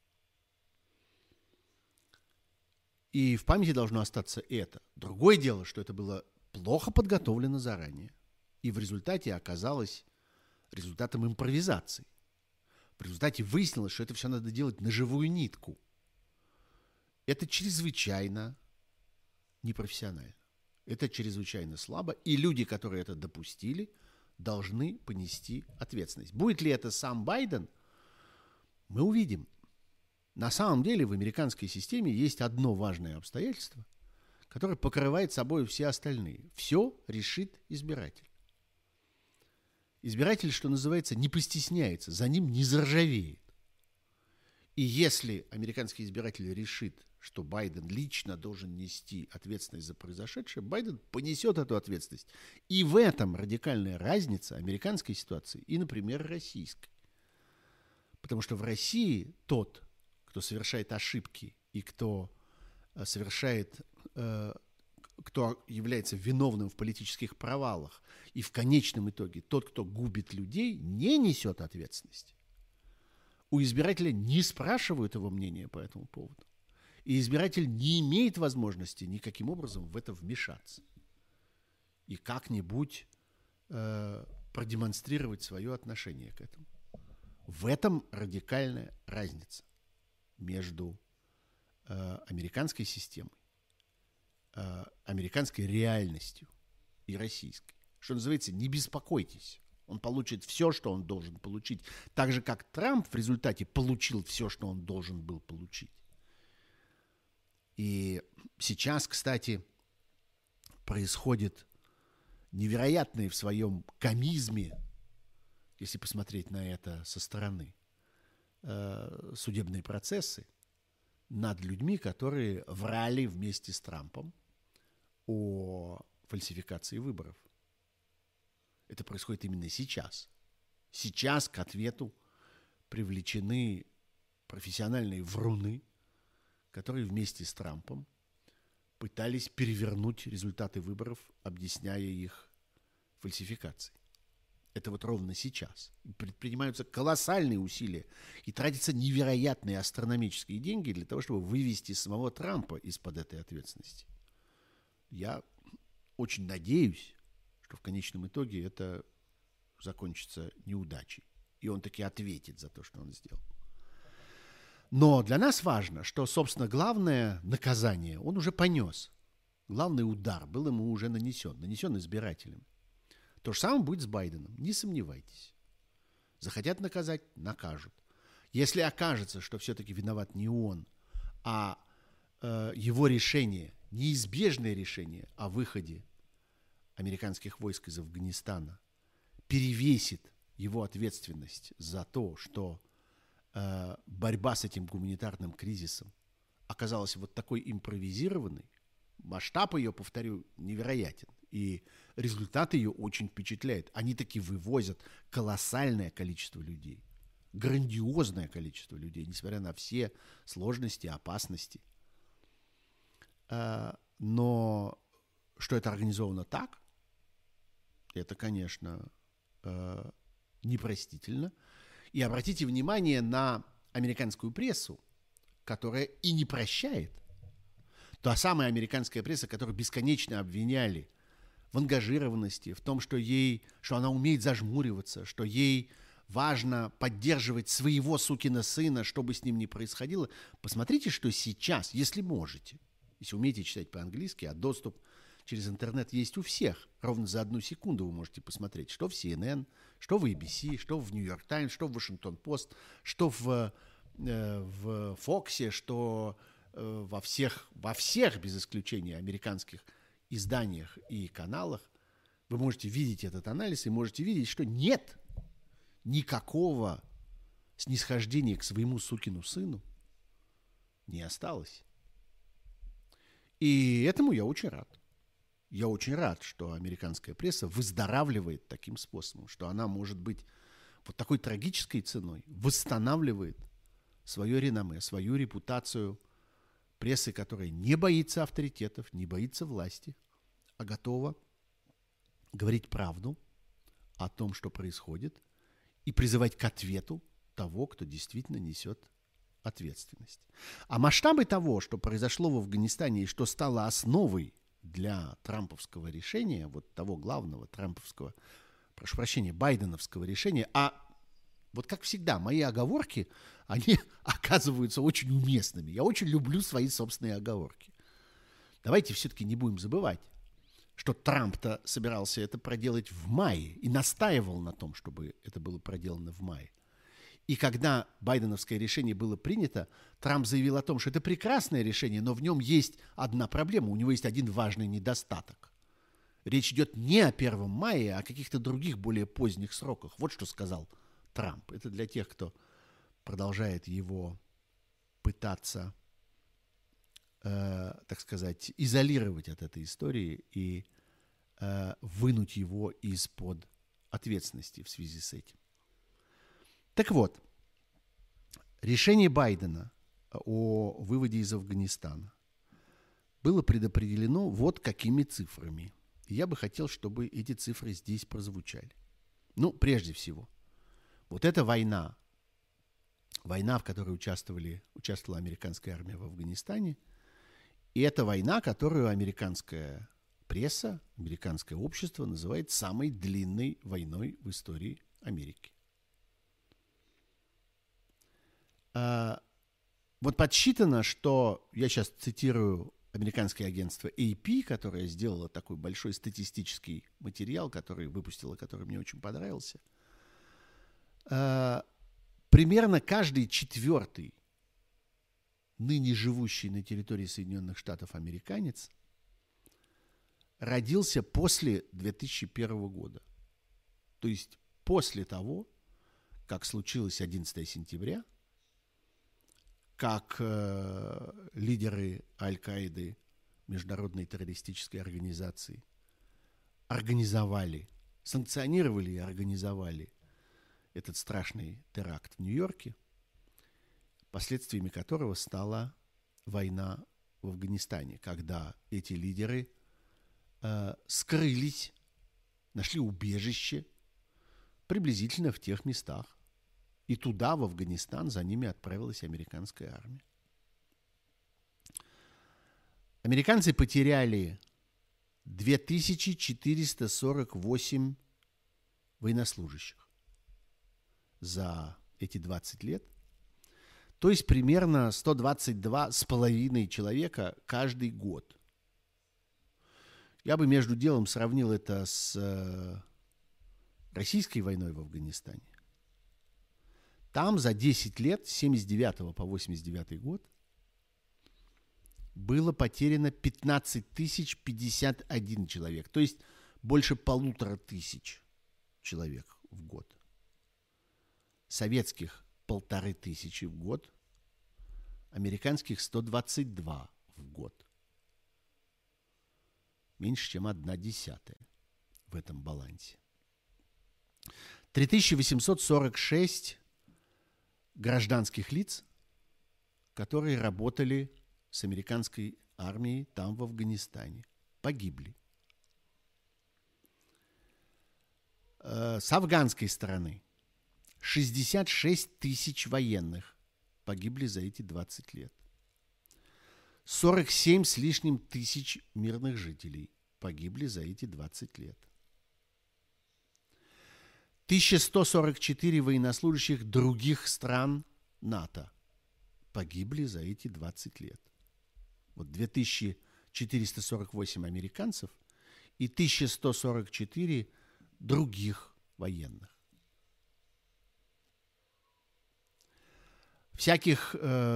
И в памяти должно остаться это. Другое дело, что это было плохо подготовлено заранее. И в результате оказалось результатом импровизации. В результате выяснилось, что это все надо делать на живую нитку. Это чрезвычайно непрофессионально. Это чрезвычайно слабо. И люди, которые это допустили, должны понести ответственность. Будет ли это сам Байден, мы увидим. На самом деле в американской системе есть одно важное обстоятельство, которое покрывает собой все остальные. Все решит избиратель. Избиратель, что называется, не постесняется, за ним не заржавеет. И если американский избиратель решит, что Байден лично должен нести ответственность за произошедшее, Байден понесет эту ответственность. И в этом радикальная разница американской ситуации и, например, российской. Потому что в России тот, кто совершает ошибки и кто является виновным в политических провалах, и в конечном итоге тот, кто губит людей, не несет ответственности. У избирателя не спрашивают его мнения по этому поводу. И избиратель не имеет возможности никаким образом в это вмешаться. И как-нибудь продемонстрировать свое отношение к этому. В этом радикальная разница между американской системой, американской реальностью и российской. Что называется, не беспокойтесь. Он получит все, что он должен получить. Так же, как Трамп в результате получил все, что он должен был получить. И сейчас, кстати, происходит невероятное в своем комизме, если посмотреть на это со стороны, судебные процессы над людьми, которые врали вместе с Трампом о фальсификации выборов. Это происходит именно сейчас. Сейчас к ответу привлечены профессиональные вруны, которые вместе с Трампом пытались перевернуть результаты выборов, объясняя их фальсификацией. Это вот ровно сейчас. Предпринимаются колоссальные усилия и тратятся невероятные астрономические деньги для того, чтобы вывести самого Трампа из-под этой ответственности. Я очень надеюсь, что в конечном итоге это закончится неудачей. И он таки ответит за то, что он сделал. Но для нас важно, что, собственно, главное наказание он уже понес. Главный удар был ему уже нанесен избирателям. То же самое будет с Байденом, не сомневайтесь. Захотят наказать – накажут. Если окажется, что все-таки виноват не он, а его решение, неизбежное решение о выходе американских войск из Афганистана перевесит его ответственность за то, что борьба с этим гуманитарным кризисом оказалась вот такой импровизированной, масштаб ее, повторю, невероятен. И результат ее очень впечатляет. Они таки вывозят колоссальное количество людей. Грандиозное количество людей, несмотря на все сложности, опасности. Но что это организовано так, это, конечно, непростительно. И обратите внимание на американскую прессу, которая и не прощает. Та самая американская пресса, которую бесконечно обвиняли в ангажированности, в том, что она умеет зажмуриваться, что ей важно поддерживать своего сукина сына, что бы с ним ни происходило. Посмотрите, что сейчас, если можете, если умеете читать по-английски, а доступ через интернет есть у всех. Ровно за 1 секунду вы можете посмотреть, что в CNN, что в ABC, что в New York Times, что в Washington Post, что в Fox, что во всех, без исключения, американских изданиях и каналах. Вы можете видеть этот анализ и можете видеть, что нет никакого снисхождения к своему сукину сыну не осталось. И этому я очень рад. Я очень рад, что американская пресса выздоравливает таким способом, что она, может быть, вот такой трагической ценой восстанавливает свое реноме, свою репутацию прессы, которая не боится авторитетов, не боится власти, а готова говорить правду о том, что происходит, и призывать к ответу того, кто действительно несет ответственность. А масштабы того, что произошло в Афганистане и что стало основой для трамповского решения, вот того главного трамповского, прошу прощения, байденовского решения, а вот как всегда, мои оговорки, они оказываются очень уместными. Я очень люблю свои собственные оговорки. Давайте все-таки не будем забывать, что Трамп-то собирался это проделать в мае и настаивал на том, чтобы это было проделано в мае. И когда байденовское решение было принято, Трамп заявил о том, что это прекрасное решение, но в нем есть одна проблема, у него есть один важный недостаток. Речь идет не о 1 мая, а о каких-то других более поздних сроках. Вот что сказал Трамп. Это для тех, кто продолжает его пытаться, так сказать, изолировать от этой истории и вынуть его из-под ответственности в связи с этим. Так вот, решение Байдена о выводе из Афганистана было предопределено вот какими цифрами. И я бы хотел, чтобы эти цифры здесь прозвучали. Ну, прежде всего, вот эта война, в которой участвовала американская армия в Афганистане, и это война, которую американская пресса, американское общество называет самой длинной войной в истории Америки. Вот подсчитано, что, я сейчас цитирую американское агентство AP, которое сделало такой большой статистический материал, который выпустило, который мне очень понравился, примерно каждый 4-й ныне живущий на территории Соединенных Штатов американец родился после 2001 года. То есть после того, как случилось 11 сентября, как лидеры Аль-Каиды, международной террористической организации, организовали, санкционировали и организовали этот страшный теракт в Нью-Йорке, последствиями которого стала война в Афганистане, когда эти лидеры скрылись, нашли убежище приблизительно в тех местах. И туда, в Афганистан, за ними отправилась американская армия. Американцы потеряли 2448 военнослужащих за эти 20 лет. То есть примерно 122,5 человека каждый год. Я бы между делом сравнил это с российской войной в Афганистане. Там за 10 лет, с 79 по 89 год, было потеряно 15 051 человек. То есть больше 1500 человек в год. Советских 1500 в год, американских 122 в год. Меньше, чем 1/10 в этом балансе. 3846 гражданских лиц, которые работали с американской армией там, в Афганистане, погибли. С афганской стороны 66 тысяч военных погибли за эти 20 лет. 47 с лишним тысяч мирных жителей погибли за эти 20 лет. 1144 военнослужащих других стран НАТО погибли за эти 20 лет. Вот 2448 американцев и 1144 других военных. Всяких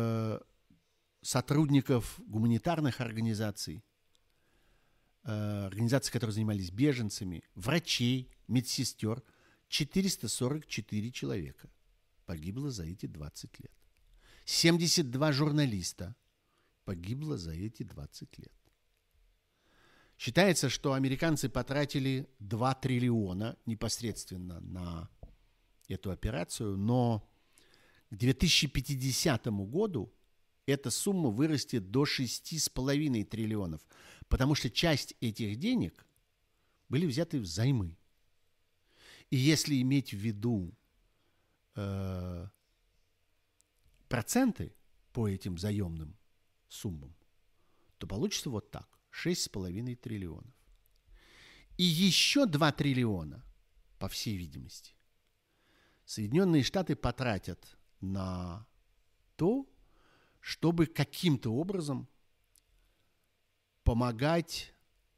сотрудников гуманитарных организаций, организаций, которые занимались беженцами, врачей, медсестер, 444 человека погибло за эти 20 лет. 72 журналиста погибло за эти 20 лет. Считается, что американцы потратили 2 триллиона непосредственно на эту операцию, но к 2050 году эта сумма вырастет до 6,5 триллионов, потому что часть этих денег были взяты взаймы. И если иметь в виду проценты по этим заемным суммам, то получится вот так. 6,5 триллионов. И еще 2 триллиона, по всей видимости, Соединенные Штаты потратят на то, чтобы каким-то образом помогать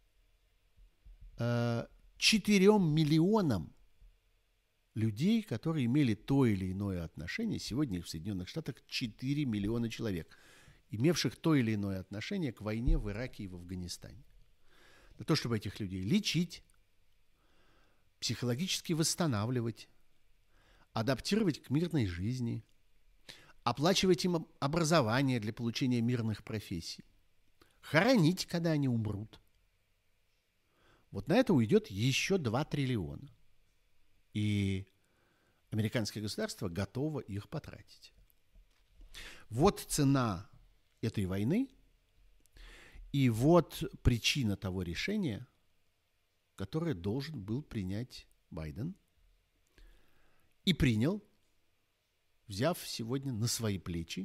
4 миллионам людей, которые имели то или иное отношение. Сегодня в Соединенных Штатах 4 миллиона человек, имевших то или иное отношение к войне в Ираке и в Афганистане. Для того, чтобы этих людей лечить, психологически восстанавливать, адаптировать к мирной жизни, оплачивать им образование для получения мирных профессий, хоронить, когда они умрут. Вот на это уйдет еще 2 триллиона. И американское государство готово их потратить. Вот цена этой войны, и вот причина того решения, которое должен был принять Байден. И принял, взяв сегодня на свои плечи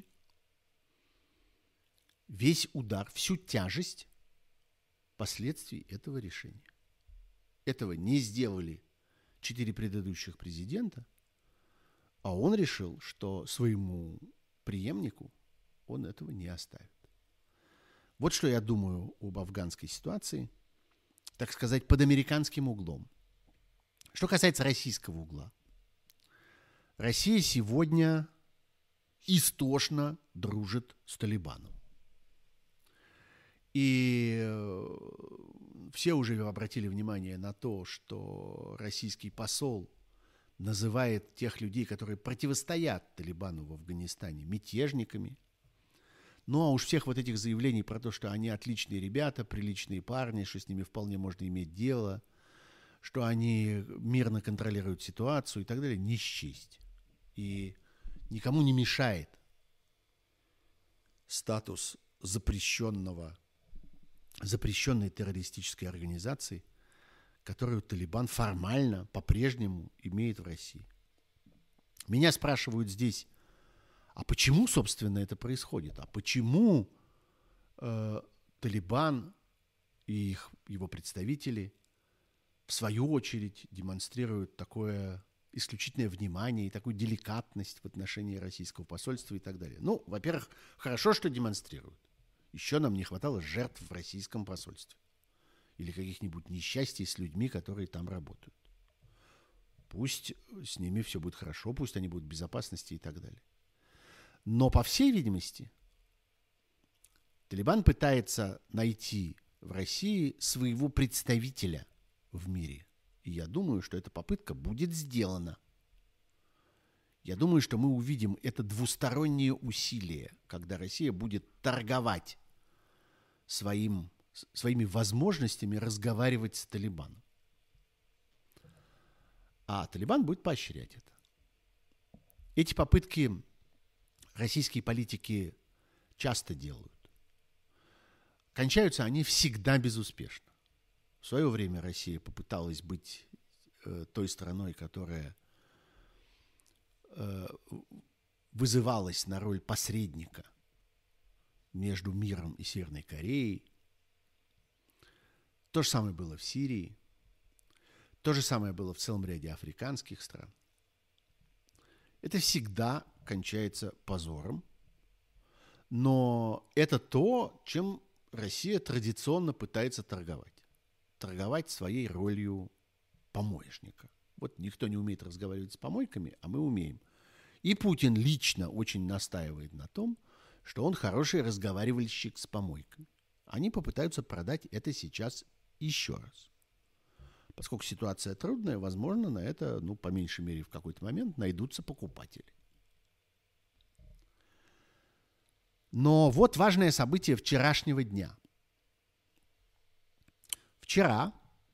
весь удар, всю тяжесть последствий этого решения. Этого не сделали 4 предыдущих президента, а он решил, что своему преемнику он этого не оставит. Вот что я думаю об афганской ситуации, так сказать, под американским углом. Что касается российского угла. Россия сегодня истошно дружит с Талибаном. И все уже обратили внимание на то, что российский посол называет тех людей, которые противостоят Талибану в Афганистане, мятежниками. Ну, а уж всех вот этих заявлений про то, что они отличные ребята, приличные парни, что с ними вполне можно иметь дело, что они мирно контролируют ситуацию и так далее, не счесть. И никому не мешает статус запрещенной террористической организации, которую Талибан формально по-прежнему имеет в России. Меня спрашивают здесь, а почему, собственно, это происходит? А почему Талибан и его представители, в свою очередь, демонстрируют такое исключительное внимание и такую деликатность в отношении российского посольства и так далее. Ну, во-первых, хорошо, что демонстрируют. Еще нам не хватало жертв в российском посольстве или каких-нибудь несчастий с людьми, которые там работают. Пусть с ними все будет хорошо, пусть они будут в безопасности и так далее. Но, по всей видимости, Талибан пытается найти в России своего представителя в мире. И я думаю, что эта попытка будет сделана. Я думаю, что мы увидим это двустороннее усилие, когда Россия будет торговать своими возможностями разговаривать с Талибаном. А Талибан будет поощрять это. Эти попытки российские политики часто делают. Кончаются они всегда безуспешно. В свое время Россия попыталась быть той страной, которая вызывалась на роль посредника между миром и Северной Кореей. То же самое было в Сирии. То же самое было в целом ряде африканских стран. Это всегда кончается позором. Но это то, чем Россия традиционно пытается торговать. Торговать своей ролью помоечника. Вот никто не умеет разговаривать с помойками, а мы умеем. И Путин лично очень настаивает на том, что он хороший разговаривальщик с помойками. Они попытаются продать это сейчас еще раз. Поскольку ситуация трудная, возможно, на это, по меньшей мере, в какой-то момент найдутся покупатели. Но вот важное событие вчерашнего дня. Вчера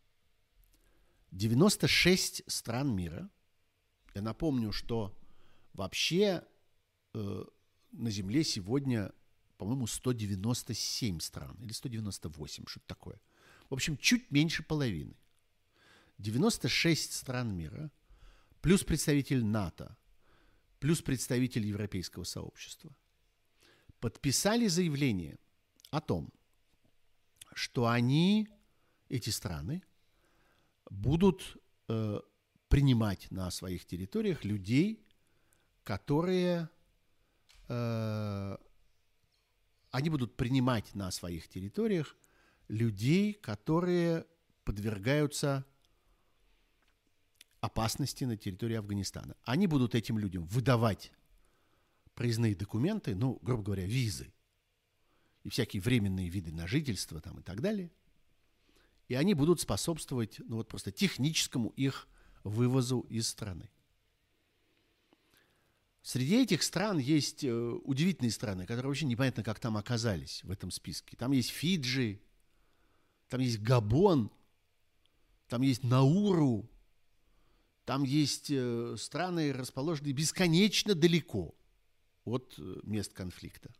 96 стран мира, я напомню, что вообще на Земле сегодня, по-моему, 197 стран, или 198, что-то такое. В общем, чуть меньше половины. 96 стран мира, плюс представитель НАТО, плюс представитель Европейского сообщества, подписали заявление о том, что эти страны, будут принимать на своих территориях людей, которые... они будут принимать на своих территориях людей, которые подвергаются опасности на территории Афганистана. Они будут этим людям выдавать проездные документы, грубо говоря, визы и всякие временные виды на жительство там, и так далее. И они будут способствовать просто техническому их вывозу из страны. Среди этих стран есть удивительные страны, которые вообще непонятно, как там оказались в этом списке. Там есть Фиджи, там есть Габон, там есть Науру, там есть страны, расположенные бесконечно далеко от мест конфликта.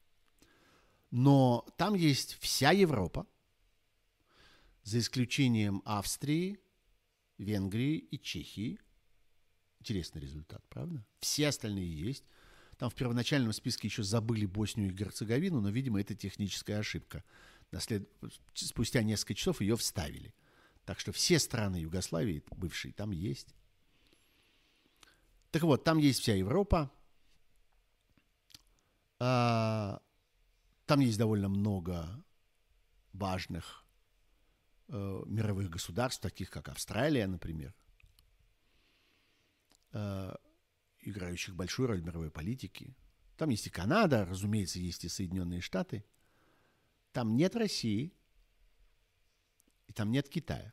Но там есть вся Европа, за исключением Австрии, Венгрии и Чехии. Интересный результат, правда? Все остальные есть. Там в первоначальном списке еще забыли Боснию и Герцеговину, но, видимо, это техническая ошибка. Спустя несколько часов ее вставили. Так что все страны Югославии, бывшие, там есть. Так вот, там есть вся Европа. Там есть довольно много важных мировых государств, таких как Австралия, например, играющих большую роль в мировой политике. Там есть и Канада, разумеется, есть и Соединенные Штаты. Там нет России, и там нет Китая.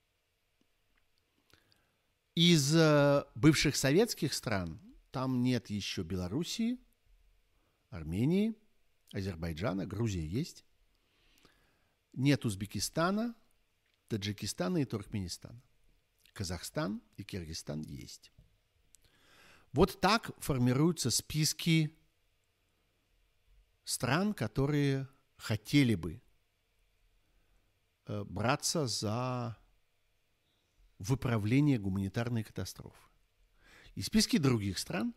Из бывших советских стран там нет еще Белоруссии, Армении, Азербайджана, Грузия есть. Нет Узбекистана, Таджикистана и Туркменистана. Казахстан и Киргизстан есть. Вот так формируются списки стран, которые хотели бы браться за выправление гуманитарной катастрофы. И списки других стран,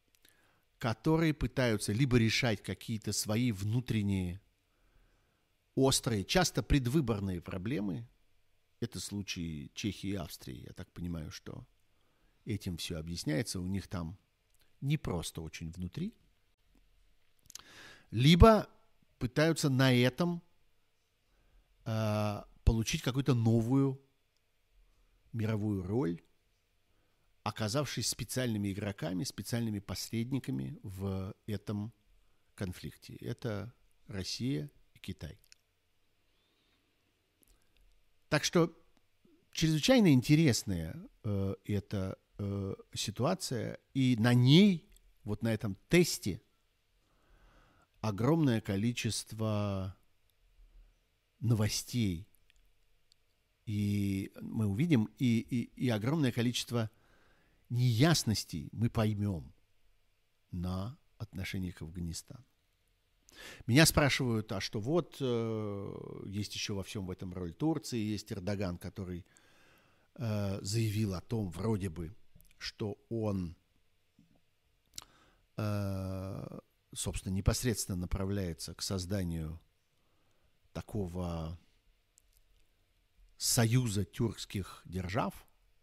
которые пытаются либо решать какие-то свои внутренние острые, часто предвыборные проблемы. Это случаи Чехии и Австрии. Я так понимаю, что этим все объясняется. У них там не просто очень внутри. Либо пытаются на этом получить какую-то новую мировую роль, оказавшись специальными игроками, специальными посредниками в этом конфликте. Это Россия и Китай. Так что чрезвычайно интересная эта ситуация, и на ней, вот на этом тесте, огромное количество новостей. И мы увидим, и огромное количество неясностей мы поймем на отношении к Афганистану. Меня спрашивают, а что вот, есть еще во всем в этом роль Турции, есть Эрдоган, который заявил о том, вроде бы, что он, собственно, непосредственно направляется к созданию такого союза тюркских держав.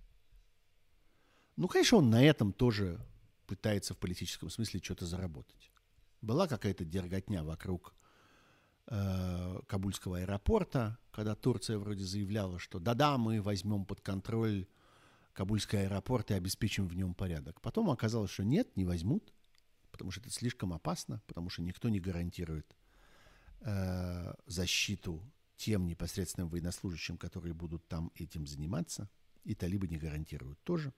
Ну, конечно, он на этом тоже пытается в политическом смысле что-то заработать. Была какая-то дерготня вокруг Кабульского аэропорта, когда Турция вроде заявляла, что да-да, мы возьмем под контроль Кабульский аэропорт и обеспечим в нем порядок. Потом оказалось, что нет, не возьмут, потому что это слишком опасно, потому что никто не гарантирует защиту тем непосредственным военнослужащим, которые будут там этим заниматься, и талибы не гарантируют тоже.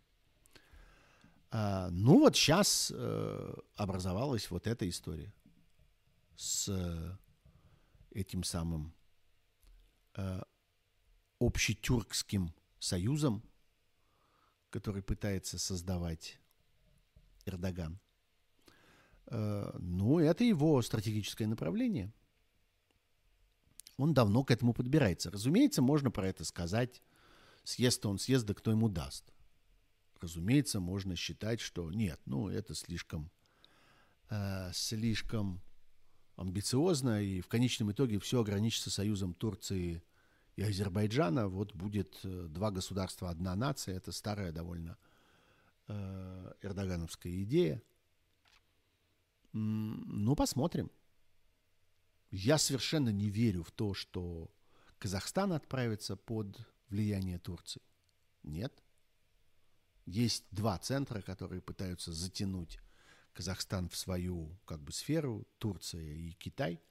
Ну вот сейчас образовалась вот эта история с этим самым общетюркским союзом, который пытается создавать Эрдоган. Ну, это его стратегическое направление. Он давно к этому подбирается. Разумеется, можно про это сказать. Съест он съест, да кто ему даст. Разумеется, можно считать, что нет, ну, это слишком амбициозно, и в конечном итоге все ограничится союзом Турции и Азербайджана. Вот будет два государства, одна нация. Это старая довольно эрдогановская идея. Ну, посмотрим. Я совершенно не верю в то, что Казахстан отправится под влияние Турции. Нет. Есть два центра, которые пытаются затянуть Казахстан в свою как бы сферу, Турция и Китай.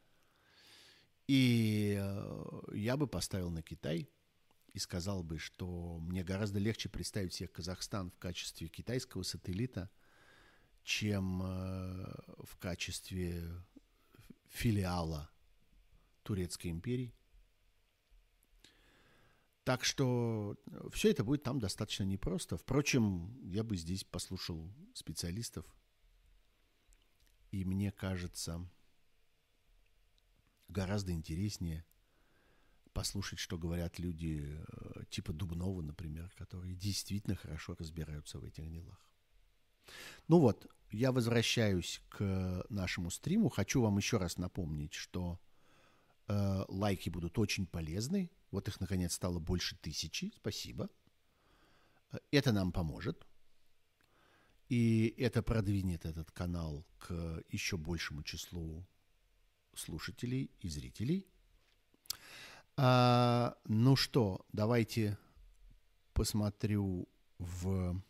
И я бы поставил на Китай и сказал бы, что мне гораздо легче представить себе Казахстан в качестве китайского сателлита, чем в качестве филиала Турецкой империи. Так что все это будет там достаточно непросто. Впрочем, я бы здесь послушал специалистов. И мне кажется, гораздо интереснее послушать, что говорят люди типа Дубнова, например, которые действительно хорошо разбираются в этих делах. Ну вот, я возвращаюсь к нашему стриму. Хочу вам еще раз напомнить, что лайки будут очень полезны. Вот их, наконец, стало больше 1000. Спасибо. Это нам поможет. И это продвинет этот канал к еще большему числу слушателей и зрителей. Ну что, давайте посмотрю в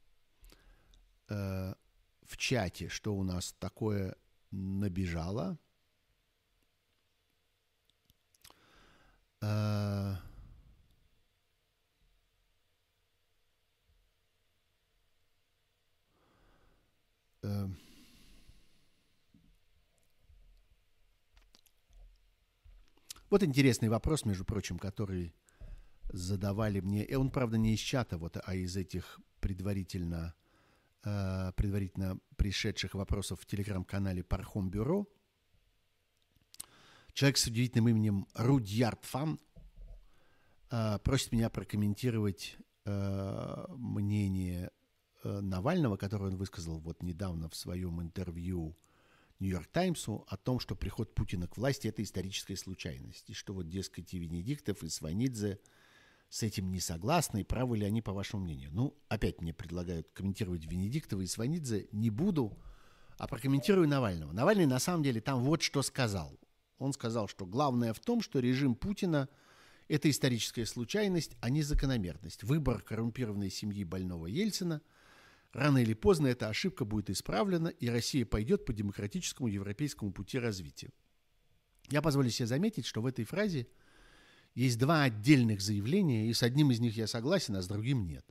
чате, что у нас такое набежало. Вот интересный вопрос, между прочим, который задавали мне. И он, правда, не из чата, вот, а из этих предварительно пришедших вопросов в телеграм-канале Пархом Бюро. Человек с удивительным именем Рудьярд Фан просит меня прокомментировать мнение Навального, которое он высказал вот недавно в своем интервью Нью-Йорк Таймсу о том, что приход Путина к власти – это историческая случайность. И что вот, дескать, и Венедиктов, и Сванидзе с этим не согласны, и правы ли они, по вашему мнению? Ну, опять мне предлагают комментировать Венедиктова и Сванидзе. Не буду, а прокомментирую Навального. Навальный на самом деле там вот что сказал. Он сказал, что главное в том, что режим Путина – это историческая случайность, а не закономерность. Выбор коррумпированной семьи больного Ельцина – рано или поздно эта ошибка будет исправлена, и Россия пойдет по демократическому европейскому пути развития. Я позволю себе заметить, что в этой фразе есть два отдельных заявления, и с одним из них я согласен, а с другим нет.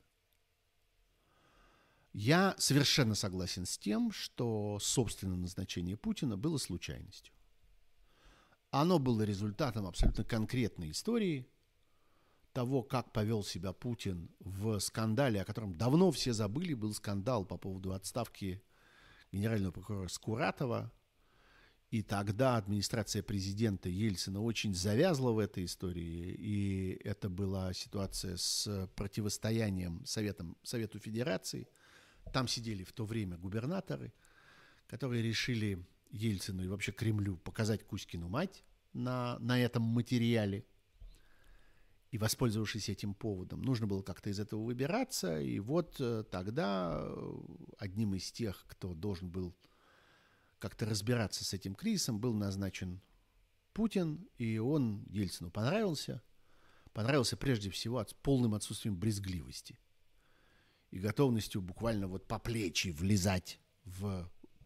Я совершенно согласен с тем, что собственное назначение Путина было случайностью. Оно было результатом абсолютно конкретной истории того, как повел себя Путин в скандале, о котором давно все забыли. Был скандал по поводу отставки генерального прокурора Скуратова. И тогда администрация президента Ельцина очень завязла в этой истории. И это была ситуация с противостоянием Совету Федерации. Там сидели в то время губернаторы, которые решили Ельцину и вообще Кремлю показать Кузькину мать на этом материале. И, воспользовавшись этим поводом, нужно было как-то из этого выбираться. И вот тогда одним из тех, кто должен был как-то разбираться с этим кризисом, был назначен Путин. И он Ельцину понравился. Понравился прежде всего полным отсутствием брезгливости и готовностью буквально вот по плечи влезать в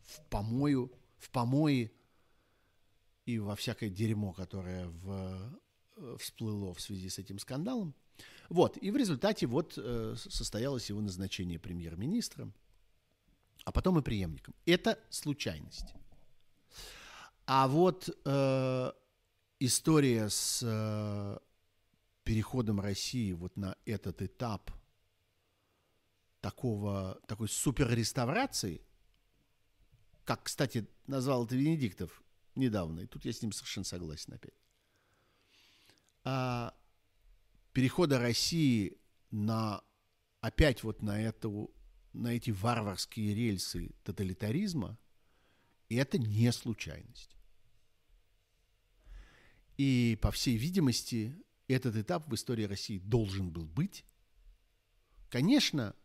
помои и во всякое дерьмо, которое всплыло в связи с этим скандалом. Вот. И в результате вот состоялось его назначение премьер-министром, а потом и преемником. Это случайность. А вот история с переходом России вот на этот этап такой суперреставрации, как, кстати, назвал это Венедиктов недавно, и тут я с ним совершенно согласен опять, перехода России опять вот на эти варварские рельсы тоталитаризма, это не случайность. И, по всей видимости, этот этап в истории России должен был быть. Конечно,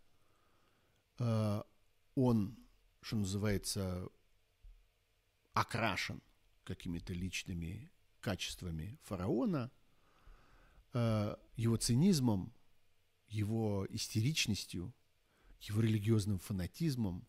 он, что называется, окрашен какими-то личными качествами фараона, его цинизмом, его истеричностью, его религиозным фанатизмом,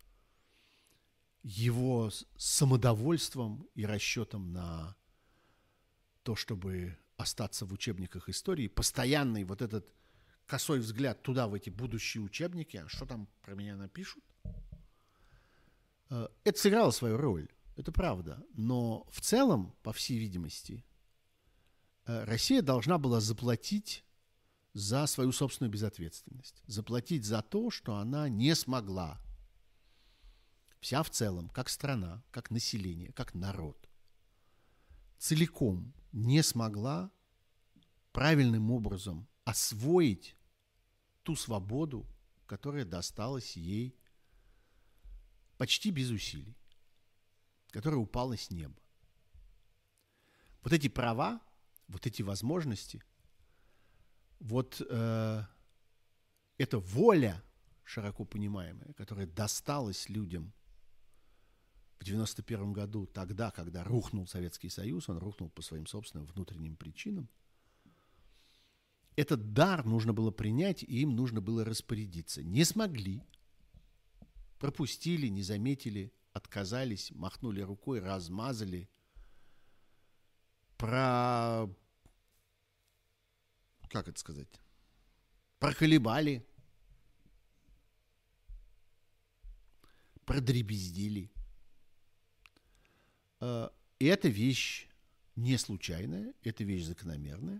его самодовольством и расчетом на то, чтобы остаться в учебниках истории, постоянный вот этот косой взгляд туда, в эти будущие учебники, а что там про меня напишут, это сыграло свою роль, это правда. Но в целом, по всей видимости, Россия должна была заплатить за свою собственную безответственность, заплатить за то, что она не смогла вся в целом, как страна, как население, как народ, целиком не смогла правильным образом освоить ту свободу, которая досталась ей почти без усилий, которая упала с неба. Вот эти права, вот эти возможности, вот эта воля, широко понимаемая, которая досталась людям в 1991 году, тогда, когда рухнул Советский Союз, он рухнул по своим собственным внутренним причинам, этот дар нужно было принять, и им нужно было распорядиться. Не смогли, пропустили, не заметили, отказались, махнули рукой, размазали, проколебали, продребездили. И эта вещь не случайная, это вещь закономерная.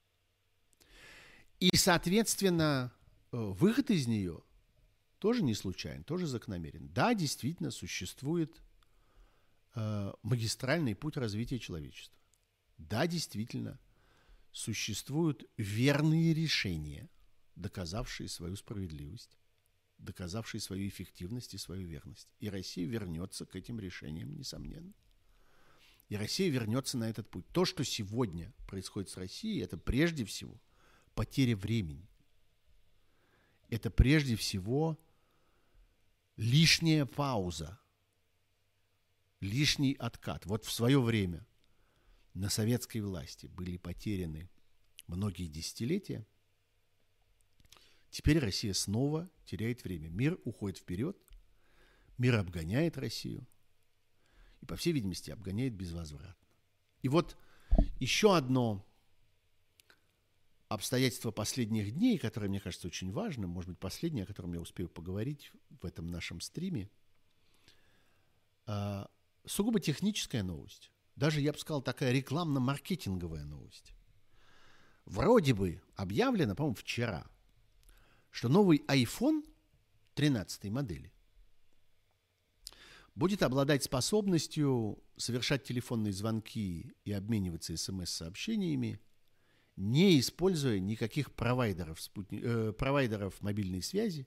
И, соответственно, выход из нее тоже не случайен, тоже закономерен. Да, действительно, существует магистральный путь развития человечества. Да, действительно, существуют верные решения, доказавшие свою справедливость. доказавший свою эффективность и свою верность. И Россия вернется к этим решениям, несомненно. И Россия вернется на этот путь. То, что сегодня происходит с Россией, это прежде всего потеря времени. Это прежде всего лишняя пауза, лишний откат. Вот в свое время на советской власти были потеряны многие десятилетия. Теперь Россия снова теряет время. Мир уходит вперед, мир обгоняет Россию и, по всей видимости, обгоняет безвозвратно. И вот еще одно обстоятельство последних дней, которое, мне кажется, очень важным, может быть, последнее, о котором я успею поговорить в этом нашем стриме, сугубо техническая новость. Даже, я бы сказал, такая рекламно-маркетинговая новость. Вроде бы объявлено, по-моему, вчера, что новый iPhone 13 модели будет обладать способностью совершать телефонные звонки и обмениваться СМС-сообщениями, не используя никаких провайдеров мобильной связи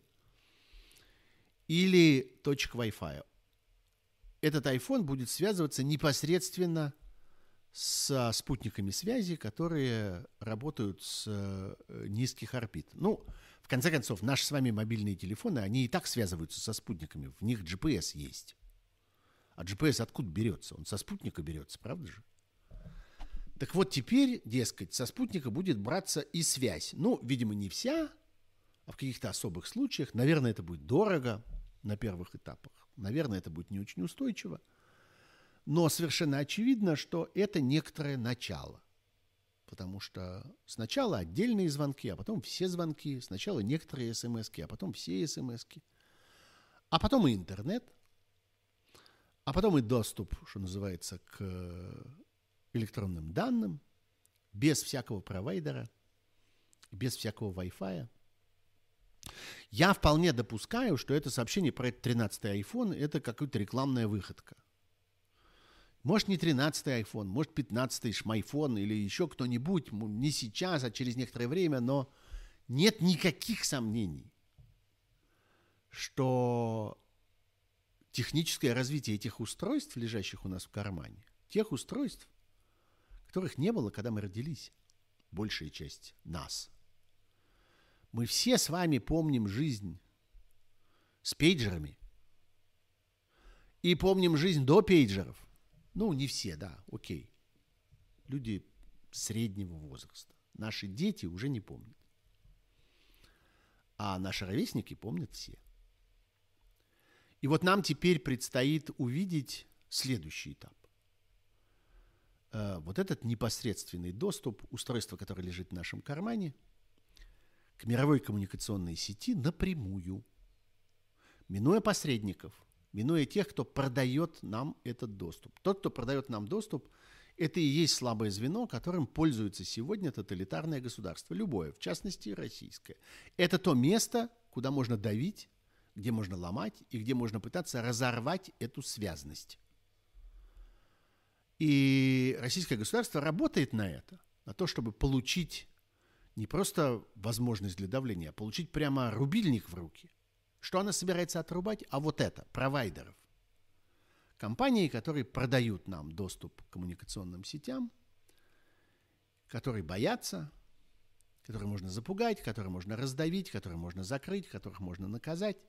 или точек Wi-Fi. Этот iPhone будет связываться непосредственно со спутниками связи, которые работают с низких орбит. Ну, в конце концов, наши с вами мобильные телефоны, они и так связываются со спутниками. В них GPS есть. А GPS откуда берется? Он со спутника берется, правда же? Так вот теперь, дескать, со спутника будет браться и связь. Ну, видимо, не вся, а в каких-то особых случаях. Наверное, это будет дорого на первых этапах. Наверное, это будет не очень устойчиво. Но совершенно очевидно, что это некоторое начало. Потому что сначала отдельные звонки, а потом все звонки. Сначала некоторые смски, а потом все смски. А потом и интернет. А потом и доступ, что называется, к электронным данным, без всякого провайдера, без всякого Wi-Fi. Я вполне допускаю, что это сообщение про этот 13-й iPhone – это какая-то рекламная выходка. Может, не 13-й iPhone, может, 15-й шмайфон или еще кто-нибудь, не сейчас, а через некоторое время, но нет никаких сомнений, что техническое развитие этих устройств, лежащих у нас в кармане, тех устройств, которых не было, когда мы родились, большая часть нас. Мы все с вами помним жизнь с пейджерами и помним жизнь до пейджеров. Ну, не все, да, окей. Люди среднего возраста. Наши дети уже не помнят. А наши ровесники помнят все. И вот нам теперь предстоит увидеть следующий этап. Вот этот непосредственный доступ, устройство, которое лежит в нашем кармане, к мировой коммуникационной сети напрямую, минуя посредников, минуя тех, кто продает нам этот доступ. Тот, кто продает нам доступ, это и есть слабое звено, которым пользуется сегодня тоталитарное государство, любое, в частности, российское. Это то место, куда можно давить, где можно ломать и где можно пытаться разорвать эту связность. И российское государство работает на это, на то, чтобы получить не просто возможность для давления, а получить прямо рубильник в руки. Что она собирается отрубать? А вот это, провайдеров. Компании, которые продают нам доступ к коммуникационным сетям, которые боятся, которые можно запугать, которые можно раздавить, которые можно закрыть, которых можно наказать.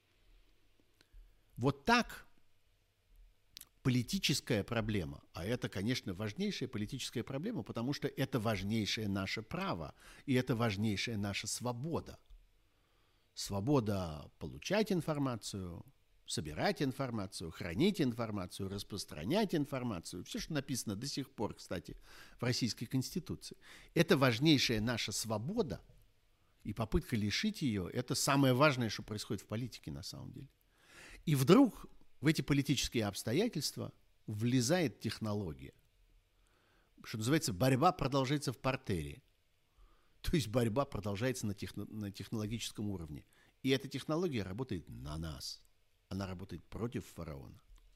Вот так политическая проблема, а это, конечно, важнейшая политическая проблема, потому что это важнейшее наше право, и это важнейшая наша свобода. Свобода получать информацию, собирать информацию, хранить информацию, распространять информацию. Все, что написано до сих пор, кстати, в Российской Конституции. Это важнейшая наша свобода, и попытка лишить ее – это самое важное, что происходит в политике на самом деле. И вдруг в эти политические обстоятельства влезает технология. Что называется, борьба продолжается в партере. То есть борьба продолжается на технологическом уровне. И эта технология работает на нас. Она работает против фараона.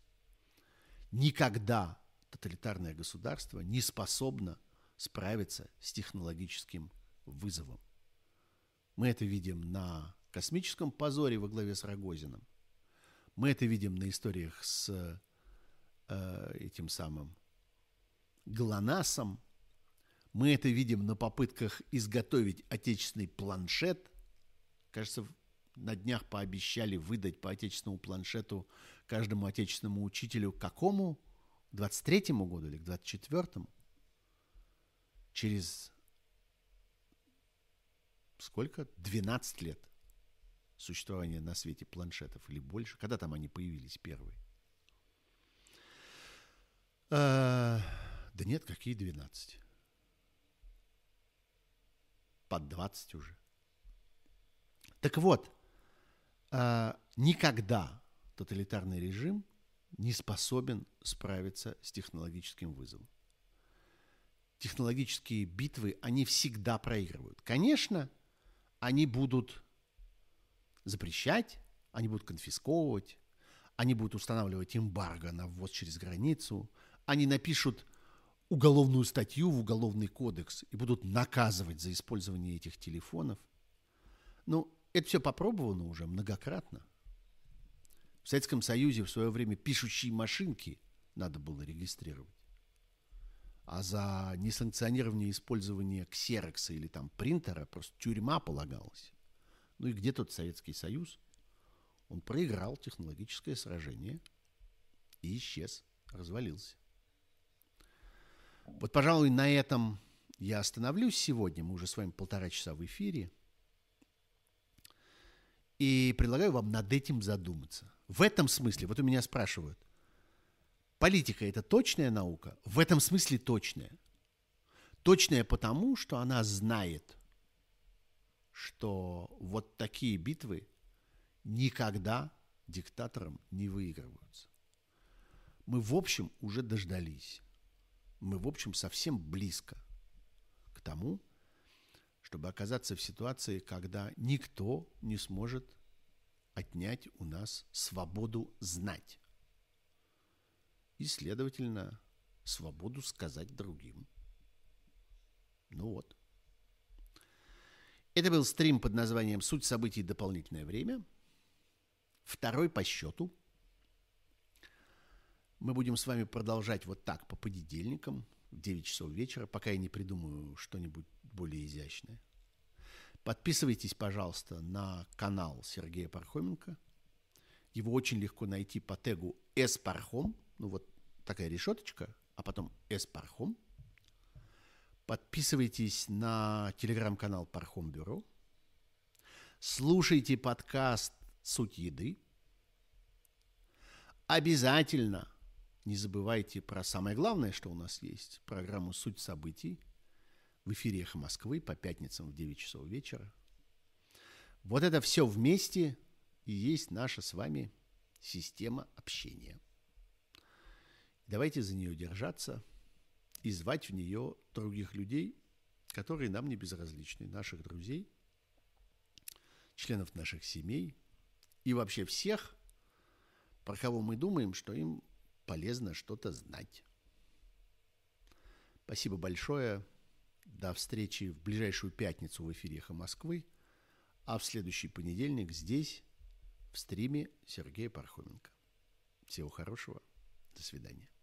Никогда тоталитарное государство не способно справиться с технологическим вызовом. Мы это видим на космическом позоре во главе с Рогозиным. Мы это видим на историях с этим самым ГЛОНАССом. Мы это видим на попытках изготовить отечественный планшет. Кажется, на днях пообещали выдать по отечественному планшету каждому отечественному учителю какому? К 23-му году или к 24-му? Через сколько? 12 лет существования на свете планшетов или больше. Когда там они появились первые? Да нет, какие 12? Под 20 уже. Так вот, никогда тоталитарный режим не способен справиться с технологическим вызовом. Технологические битвы, они всегда проигрывают. Конечно, они будут запрещать, они будут конфисковывать, они будут устанавливать эмбарго на ввоз через границу, они напишут уголовную статью в Уголовный кодекс и будут наказывать за использование этих телефонов. Ну, это все попробовано уже многократно. В Советском Союзе в свое время пишущие машинки надо было регистрировать. А за несанкционирование использования ксерокса или там принтера просто тюрьма полагалась. Ну и где тот Советский Союз? Он проиграл технологическое сражение и исчез, развалился. Вот, пожалуй, на этом я остановлюсь сегодня. Мы уже с вами 1,5 часа в эфире. И предлагаю вам над этим задуматься. В этом смысле, вот у меня спрашивают, политика – это точная наука? В этом смысле точная. Точная потому, что она знает, что вот такие битвы никогда диктаторам не выигрываются. Мы, в общем, уже дождались. Мы, в общем, совсем близко к тому, чтобы оказаться в ситуации, когда никто не сможет отнять у нас свободу знать. И, следовательно, свободу сказать другим. Ну вот. Это был стрим под названием «Суть событий. Дополнительное время». 2-й по счету. Мы будем с вами продолжать вот так по понедельникам в 9 часов вечера, пока я не придумаю что-нибудь более изящное. Подписывайтесь, пожалуйста, на канал Сергея Пархоменко. Его очень легко найти по тегу «С-Пархом». Ну вот такая решеточка, а потом «С-Пархом». Подписывайтесь на телеграм-канал Пархом Бюро. Слушайте подкаст «Суть еды». Обязательно не забывайте про самое главное, что у нас есть, программу «Суть событий» в эфире «Эхо Москвы» по пятницам в 9 часов вечера. Вот это все вместе и есть наша с вами система общения. Давайте за нее держаться и звать в нее других людей, которые нам не безразличны, наших друзей, членов наших семей и вообще всех, про кого мы думаем, что им полезно что-то знать. Спасибо большое. До встречи в ближайшую пятницу в эфире «Эхо Москвы», а в следующий понедельник здесь, в стриме Сергея Пархоменко. Всего хорошего. До свидания.